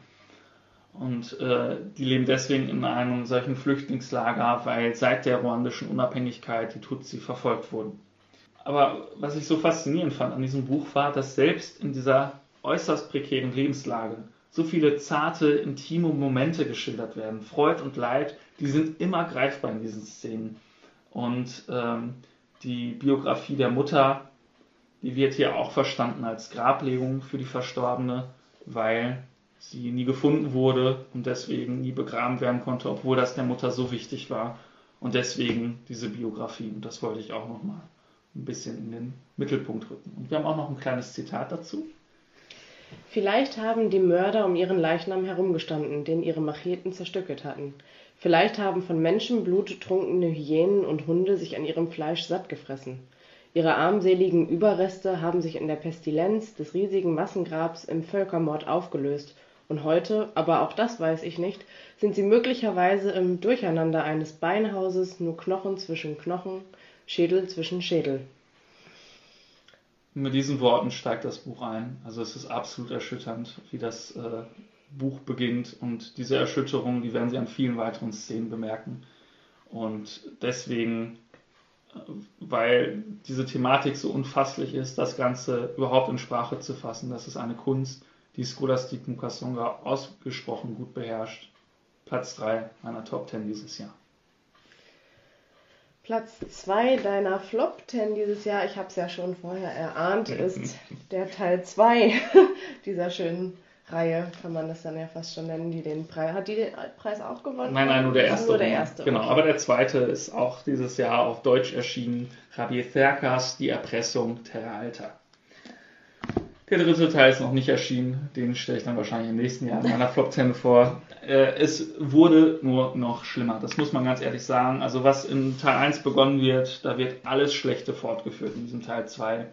Und äh, die leben deswegen in einem solchen Flüchtlingslager, weil seit der ruandischen Unabhängigkeit die Tutsi verfolgt wurden. Aber was ich so faszinierend fand an diesem Buch war, dass selbst in dieser äußerst prekären Lebenslage so viele zarte, intime Momente geschildert werden. Freud und Leid, die sind immer greifbar in diesen Szenen. Und ähm, die Biografie der Mutter Die wird hier auch verstanden als Grablegung für die Verstorbene, weil sie nie gefunden wurde und deswegen nie begraben werden konnte, obwohl das der Mutter so wichtig war. Und deswegen diese Biografie. Und das wollte ich auch nochmal ein bisschen in den Mittelpunkt rücken. Und wir haben auch noch ein kleines Zitat dazu. Vielleicht haben die Mörder um ihren Leichnam herumgestanden, den ihre Macheten zerstückelt hatten. Vielleicht haben von Menschenblut trunkene Hyänen und Hunde sich an ihrem Fleisch satt gefressen. Ihre armseligen Überreste haben sich in der Pestilenz des riesigen Massengrabs im Völkermord aufgelöst. Und heute, aber auch das weiß ich nicht, sind sie möglicherweise im Durcheinander eines Beinhauses, nur Knochen zwischen Knochen, Schädel zwischen Schädel. Mit diesen Worten steigt das Buch ein. Also es ist absolut erschütternd, wie das äh, Buch beginnt. Und diese Erschütterung, die werden Sie an vielen weiteren Szenen bemerken. Und deswegen, äh, weil diese Thematik so unfasslich ist, das Ganze überhaupt in Sprache zu fassen, das ist eine Kunst, die Scholastique Mukasonga ausgesprochen gut beherrscht. Platz drei meiner Top zehn dieses Jahr. Platz zwei deiner Flop zehn dieses Jahr, ich habe es ja schon vorher erahnt, ist der Teil zwei dieser schönen Reihe, kann man das dann ja fast schon nennen, die den Preis, hat die den Preis auch gewonnen? Nein, nein, nur der erste. Nur der erste. Genau, okay. Aber der zweite ist auch dieses Jahr auf Deutsch erschienen, Javier Cercas, Die Erpressung Terra Alta. Der dritte Teil ist noch nicht erschienen, den stelle ich dann wahrscheinlich im nächsten Jahr in meiner Flop zehn vor. Äh, es wurde nur noch schlimmer, das muss man ganz ehrlich sagen. Also was in Teil eins begonnen wird, da wird alles Schlechte fortgeführt in diesem Teil zwei.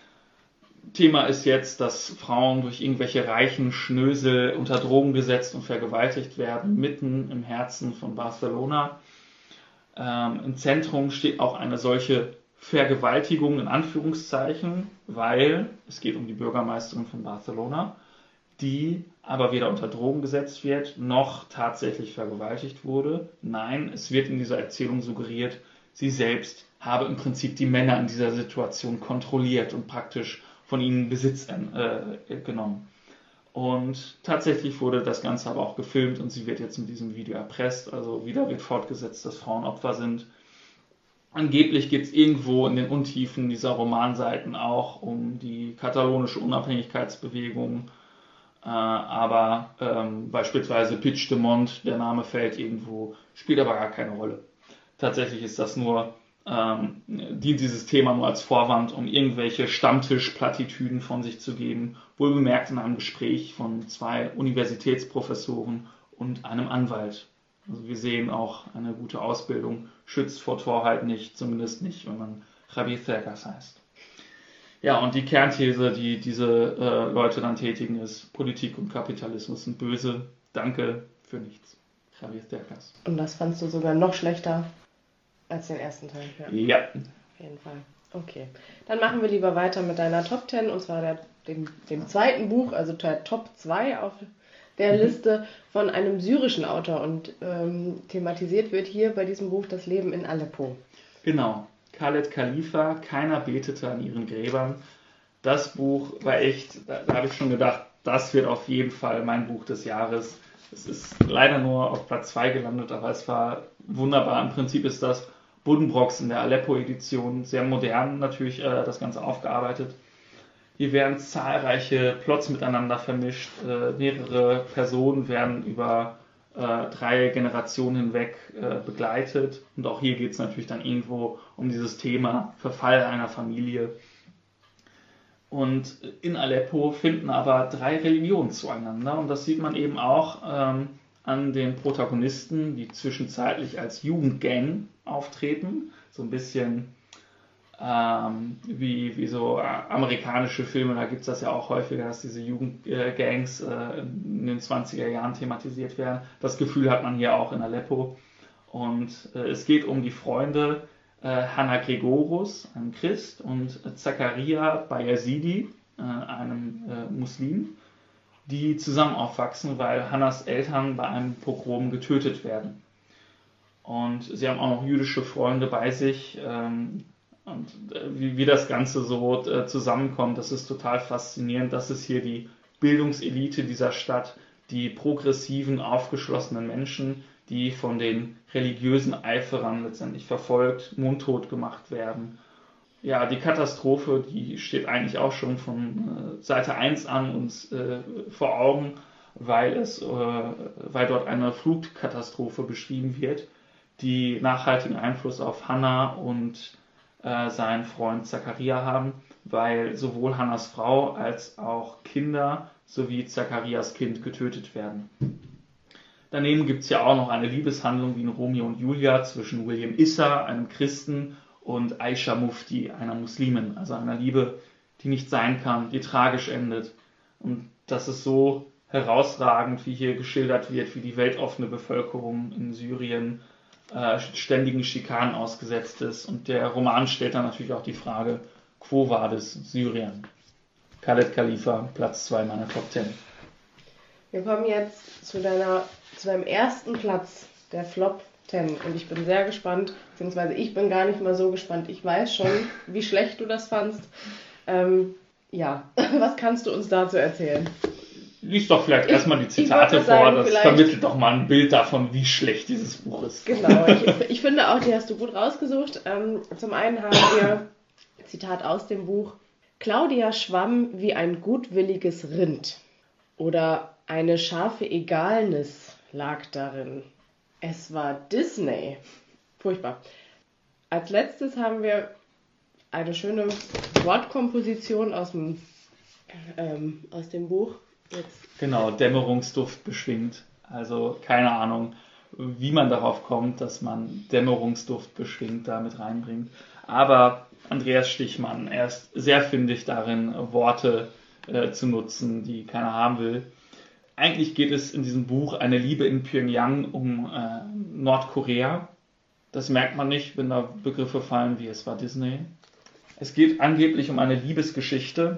Thema ist jetzt, dass Frauen durch irgendwelche reichen Schnösel unter Drogen gesetzt und vergewaltigt werden, mitten im Herzen von Barcelona. Ähm, im Zentrum steht auch eine solche Vergewaltigung in Anführungszeichen, weil es geht um die Bürgermeisterin von Barcelona, die aber weder unter Drogen gesetzt wird, noch tatsächlich vergewaltigt wurde. Nein, es wird in dieser Erzählung suggeriert, sie selbst habe im Prinzip die Männer in dieser Situation kontrolliert und praktisch von ihnen Besitz äh, genommen. Und tatsächlich wurde das Ganze aber auch gefilmt und sie wird jetzt mit diesem Video erpresst. Also wieder wird fortgesetzt, dass Frauen Opfer sind. Angeblich geht es irgendwo in den Untiefen dieser Romanseiten auch um die katalonische Unabhängigkeitsbewegung. Äh, aber ähm, beispielsweise Puigdemont, der Name fällt irgendwo, spielt aber gar keine Rolle. Tatsächlich ist das nur, ähm, dient dieses Thema nur als Vorwand, um irgendwelche Stammtischplattitüden von sich zu geben. Wohl bemerkt in einem Gespräch von zwei Universitätsprofessoren und einem Anwalt. Also wir sehen auch, eine gute Ausbildung schützt vor Torheit nicht, zumindest nicht, wenn man Javier Cercas heißt. Ja, und die Kernthese, die diese äh, Leute dann tätigen, ist, Politik und Kapitalismus sind böse, danke für nichts. Javier Cercas. Und das fandst du sogar noch schlechter als den ersten Teil? Ja. ja. Auf jeden Fall. Okay. Dann machen wir lieber weiter mit deiner Top zehn, und zwar der, dem, dem zweiten Buch, also der Top zwei auf der Liste von einem syrischen Autor, und ähm, thematisiert wird hier bei diesem Buch das Leben in Aleppo. Genau, Khaled Khalifa, Keiner betete an ihren Gräbern. Das Buch war echt, da, da habe ich schon gedacht, das wird auf jeden Fall mein Buch des Jahres. Es ist leider nur auf Platz zwei gelandet, aber es war wunderbar. Im Prinzip ist das Buddenbrooks in der Aleppo-Edition, sehr modern natürlich äh, das Ganze aufgearbeitet. Hier werden zahlreiche Plots miteinander vermischt, äh, mehrere Personen werden über äh, drei Generationen hinweg äh, begleitet, und auch hier geht es natürlich dann irgendwo um dieses Thema Verfall einer Familie. Und in Aleppo finden aber drei Religionen zueinander, und das sieht man eben auch ähm, an den Protagonisten, die zwischenzeitlich als Jugendgang auftreten, so ein bisschen Ähm, wie, wie so äh, amerikanische Filme, da gibt es das ja auch häufiger, dass diese Jugendgangs äh, in den zwanziger Jahren thematisiert werden. Das Gefühl hat man hier auch in Aleppo. Und äh, es geht um die Freunde äh, Hanna Gregorus, einem Christ, und Zakaria Bayezidi, äh, einem äh, Muslim, die zusammen aufwachsen, weil Hannas Eltern bei einem Pogrom getötet werden. Und sie haben auch noch jüdische Freunde bei sich, ähm, Und wie, wie das Ganze so äh, zusammenkommt, das ist total faszinierend. Das ist hier die Bildungselite dieser Stadt, die progressiven, aufgeschlossenen Menschen, die von den religiösen Eiferern letztendlich verfolgt, mundtot gemacht werden. ja, die Katastrophe, die steht eigentlich auch schon von äh, Seite eins an uns äh, vor Augen, weil es, äh, weil dort eine Flutkatastrophe beschrieben wird, die nachhaltigen Einfluss auf Hannah und äh, seinen Freund Zachariah haben, weil sowohl Hannahs Frau als auch Kinder sowie Zacharias Kind getötet werden. Daneben gibt es ja auch noch eine Liebeshandlung wie in Romeo und Julia zwischen William Issa, einem Christen, und Aisha Mufti, einer Muslimin, also einer Liebe, die nicht sein kann, die tragisch endet. Und das ist so herausragend, wie hier geschildert wird, wie die weltoffene Bevölkerung in Syrien äh, ständigen Schikanen ausgesetzt ist. Und der Roman stellt dann natürlich auch die Frage, Quo vadis Syrien? Khaled Khalifa, Platz zwei meiner Top zehn. Wir kommen jetzt zu, deiner, zu deinem ersten Platz der Flop zehn und ich bin sehr gespannt, beziehungsweise ich bin gar nicht mal so gespannt. Ich weiß schon, wie schlecht du das fandst. Ähm, ja, was kannst du uns dazu erzählen? Lies doch vielleicht ich, erstmal die Zitate vor, sagen, das vermittelt doch mal ein Bild davon, wie schlecht dieses Buch ist. Genau, ich, ich finde auch, die hast du gut rausgesucht. Ähm, zum einen haben wir, Zitat aus dem Buch, Claudia schwamm wie ein gutwilliges Rind oder eine scharfe Egalnis lag darin. Es war Disney. Furchtbar. Als letztes haben wir eine schöne Wortkomposition aus dem, ähm, aus dem Buch. Jetzt. Genau, Dämmerungsduft beschwingt. Also keine Ahnung, wie man darauf kommt, dass man Dämmerungsduft beschwingt da mit reinbringt. Aber Andreas Stichmann, er ist sehr findig darin, Worte äh, zu nutzen, die keiner haben will. Eigentlich geht es in diesem Buch Eine Liebe in Pyongyang um äh, Nordkorea. Das merkt man nicht, wenn da Begriffe fallen wie es war Disney. Es geht angeblich um eine Liebesgeschichte,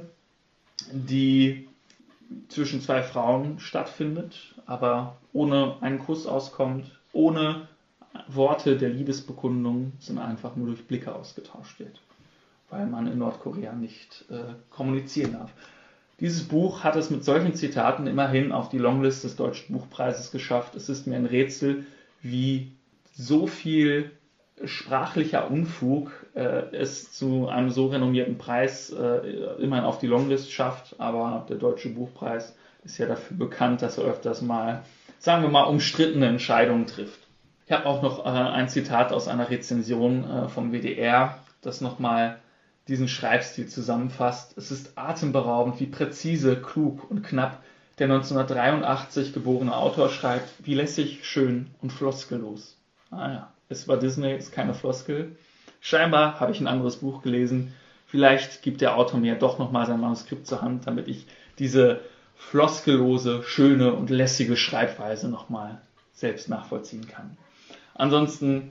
die zwischen zwei Frauen stattfindet, aber ohne einen Kuss auskommt, ohne Worte der Liebesbekundung, sondern einfach nur durch Blicke ausgetauscht wird, weil man in Nordkorea nicht äh, kommunizieren darf. Dieses Buch hat es mit solchen Zitaten immerhin auf die Longlist des Deutschen Buchpreises geschafft. Es ist mir ein Rätsel, wie so viel sprachlicher Unfug äh, es zu einem so renommierten Preis äh, immerhin auf die Longlist schafft. Aber der Deutsche Buchpreis ist ja dafür bekannt, dass er öfters mal, sagen wir mal, umstrittene Entscheidungen trifft. Ich habe auch noch äh, ein Zitat aus einer Rezension äh, vom W D R, das nochmal diesen Schreibstil zusammenfasst. Es ist atemberaubend, wie präzise, klug und knapp der neunzehnhundertdreiundachtzig geborene Autor schreibt, wie lässig, schön und floskellos. Ah ja, es war Disney, ist keine Floskel. Scheinbar habe ich ein anderes Buch gelesen. Vielleicht gibt der Autor mir doch nochmal sein Manuskript zur Hand, damit ich diese floskellose, schöne und lässige Schreibweise nochmal selbst nachvollziehen kann. Ansonsten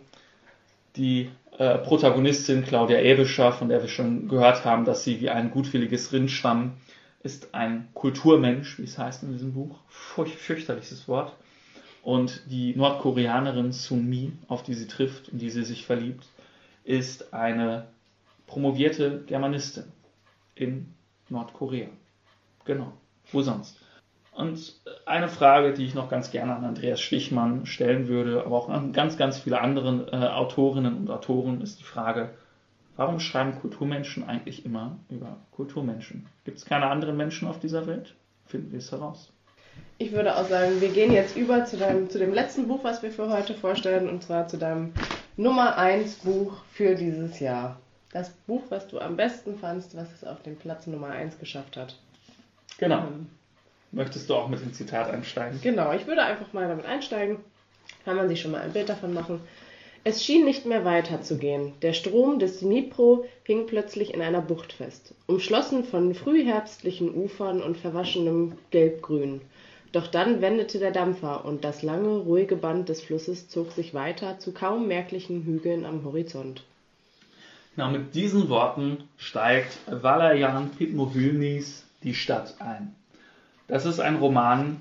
die äh, Protagonistin Claudia Äbischer, von der wir schon gehört haben, dass sie wie ein gutwilliges Rind schwamm, ist ein Kulturmensch, wie es heißt in diesem Buch. Furch- fürchterliches Wort. Und die Nordkoreanerin Sun Mi, auf die sie trifft, in die sie sich verliebt, ist eine promovierte Germanistin in Nordkorea. Genau, wo sonst? Und eine Frage, die ich noch ganz gerne an Andreas Stichmann stellen würde, aber auch an ganz, ganz viele andere äh, Autorinnen und Autoren, ist die Frage, warum schreiben Kulturmenschen eigentlich immer über Kulturmenschen? Gibt es keine anderen Menschen auf dieser Welt? Finden wir es heraus. Ich würde auch sagen, wir gehen jetzt über zu, deinem, zu dem letzten Buch, was wir für heute vorstellen, und zwar zu deinem Nummer eins Buch für dieses Jahr. Das Buch, was du am besten fandst, was es auf den Platz Nummer eins geschafft hat. Genau. Ähm, Möchtest du auch mit dem Zitat einsteigen? Genau, ich würde einfach mal damit einsteigen. Kann man sich schon mal ein Bild davon machen. Es schien nicht mehr weiterzugehen. Der Strom des Dnipro hing plötzlich in einer Bucht fest, umschlossen von frühherbstlichen Ufern und verwaschenem Gelbgrün. Doch dann wendete der Dampfer und das lange, ruhige Band des Flusses zog sich weiter zu kaum merklichen Hügeln am Horizont. Genau, mit diesen Worten steigt Valerian Pitmohylnys Die Stadt ein. Das ist ein Roman,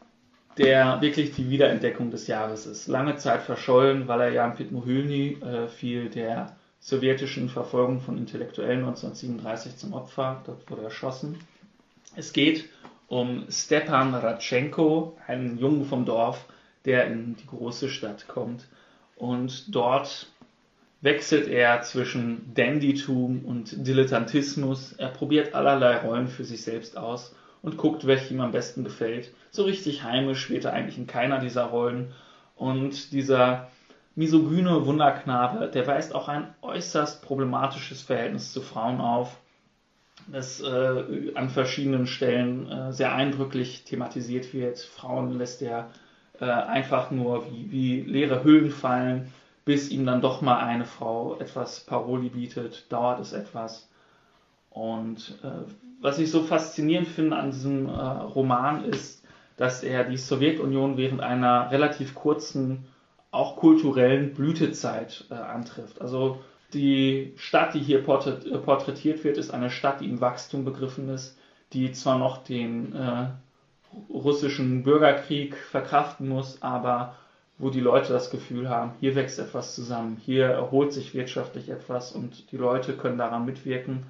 der wirklich die Wiederentdeckung des Jahres ist. Lange Zeit verschollen, Valerian Pitmohylny äh, fiel der sowjetischen Verfolgung von Intellektuellen neunzehnhundertsiebenunddreißig zum Opfer. Dort wurde er erschossen. Es geht um Stepan Radchenko, einen Jungen vom Dorf, der in die große Stadt kommt und dort wechselt er zwischen Dandytum und Dilettantismus. Er probiert allerlei Rollen für sich selbst aus und guckt, welche ihm am besten gefällt. So richtig heimisch wird er eigentlich in keiner dieser Rollen. Und dieser misogyne Wunderknabe, der weist auch ein äußerst problematisches Verhältnis zu Frauen auf, das äh, an verschiedenen Stellen äh, sehr eindrücklich thematisiert wird. Frauen lässt er äh, einfach nur wie, wie leere Hüllen fallen, bis ihm dann doch mal eine Frau etwas Paroli bietet, dauert es etwas. Und äh, was ich so faszinierend finde an diesem äh, Roman ist, dass er die Sowjetunion während einer relativ kurzen, auch kulturellen Blütezeit äh, antrifft. Also die Stadt, die hier porträtiert wird, ist eine Stadt, die im Wachstum begriffen ist, die zwar noch den äh, russischen Bürgerkrieg verkraften muss, aber wo die Leute das Gefühl haben, hier wächst etwas zusammen, hier erholt sich wirtschaftlich etwas und die Leute können daran mitwirken.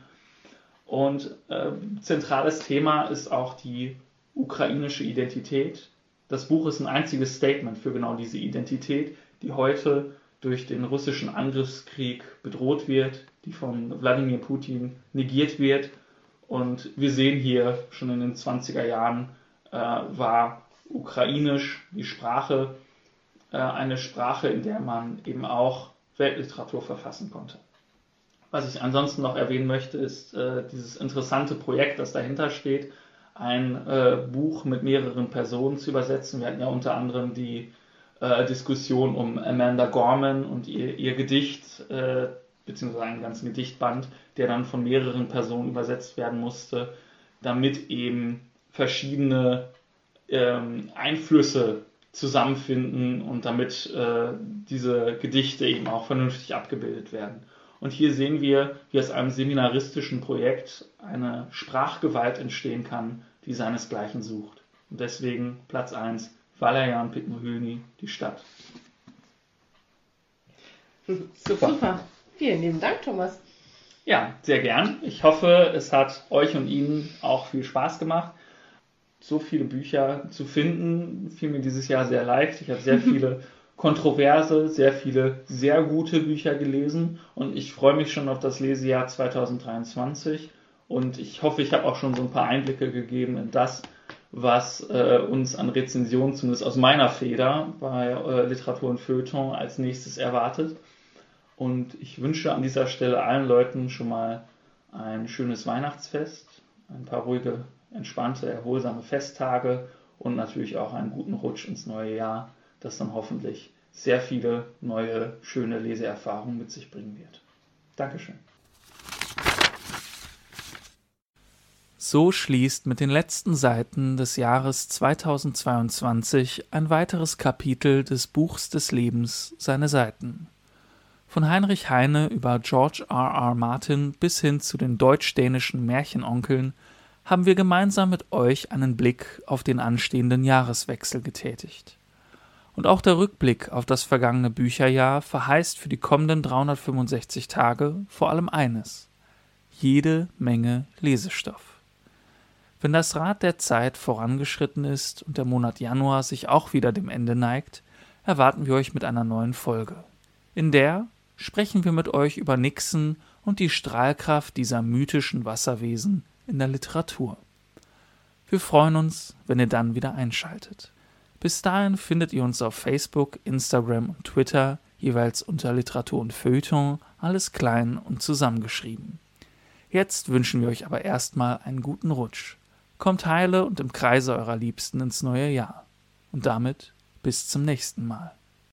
Und äh, zentrales Thema ist auch die ukrainische Identität. Das Buch ist ein einziges Statement für genau diese Identität, die heute durch den russischen Angriffskrieg bedroht wird, die von Wladimir Putin negiert wird. Und wir sehen hier, schon in den zwanziger Jahren äh, war ukrainisch die Sprache äh, eine Sprache, in der man eben auch Weltliteratur verfassen konnte. Was ich ansonsten noch erwähnen möchte, ist äh, dieses interessante Projekt, das dahinter steht, ein äh, Buch mit mehreren Personen zu übersetzen. Wir hatten ja unter anderem die Äh, Diskussion um Amanda Gorman und ihr, ihr Gedicht, äh, beziehungsweise einen ganzen Gedichtband, der dann von mehreren Personen übersetzt werden musste, damit eben verschiedene ähm, Einflüsse zusammenfinden und damit äh, diese Gedichte eben auch vernünftig abgebildet werden. Und hier sehen wir, wie aus einem seminaristischen Projekt eine Sprachgewalt entstehen kann, die seinesgleichen sucht. Und deswegen Platz eins. Valerian Pitmuhylny, die Stadt. Super. Super. Vielen lieben Dank, Thomas. Ja, sehr gern. Ich hoffe, es hat euch und Ihnen auch viel Spaß gemacht. So viele Bücher zu finden, fiel mir dieses Jahr sehr leicht. Ich habe sehr viele kontroverse, sehr viele sehr gute Bücher gelesen und ich freue mich schon auf das Lesejahr zwanzig dreiundzwanzig und ich hoffe, ich habe auch schon so ein paar Einblicke gegeben in das, was äh, uns an Rezensionen, zumindest aus meiner Feder, bei äh, Literatur und Feuilleton als nächstes erwartet. Und ich wünsche an dieser Stelle allen Leuten schon mal ein schönes Weihnachtsfest, ein paar ruhige, entspannte, erholsame Festtage und natürlich auch einen guten Rutsch ins neue Jahr, das dann hoffentlich sehr viele neue, schöne Leseerfahrungen mit sich bringen wird. Dankeschön. So schließt mit den letzten Seiten des Jahres zweitausendzweiundzwanzig ein weiteres Kapitel des Buchs des Lebens seine Seiten. Von Heinrich Heine über George R R. Martin bis hin zu den deutsch-dänischen Märchenonkeln haben wir gemeinsam mit euch einen Blick auf den anstehenden Jahreswechsel getätigt. Und auch der Rückblick auf das vergangene Bücherjahr verheißt für die kommenden dreihundertfünfundsechzig Tage vor allem eines: jede Menge Lesestoff. Wenn das Rad der Zeit vorangeschritten ist und der Monat Januar sich auch wieder dem Ende neigt, erwarten wir euch mit einer neuen Folge. In der sprechen wir mit euch über Nixon und die Strahlkraft dieser mythischen Wasserwesen in der Literatur. Wir freuen uns, wenn ihr dann wieder einschaltet. Bis dahin findet ihr uns auf Facebook, Instagram und Twitter jeweils unter Literatur und Feuilleton, alles klein und zusammengeschrieben. Jetzt wünschen wir euch aber erstmal einen guten Rutsch. Kommt heile und im Kreise eurer Liebsten ins neue Jahr. Und damit bis zum nächsten Mal.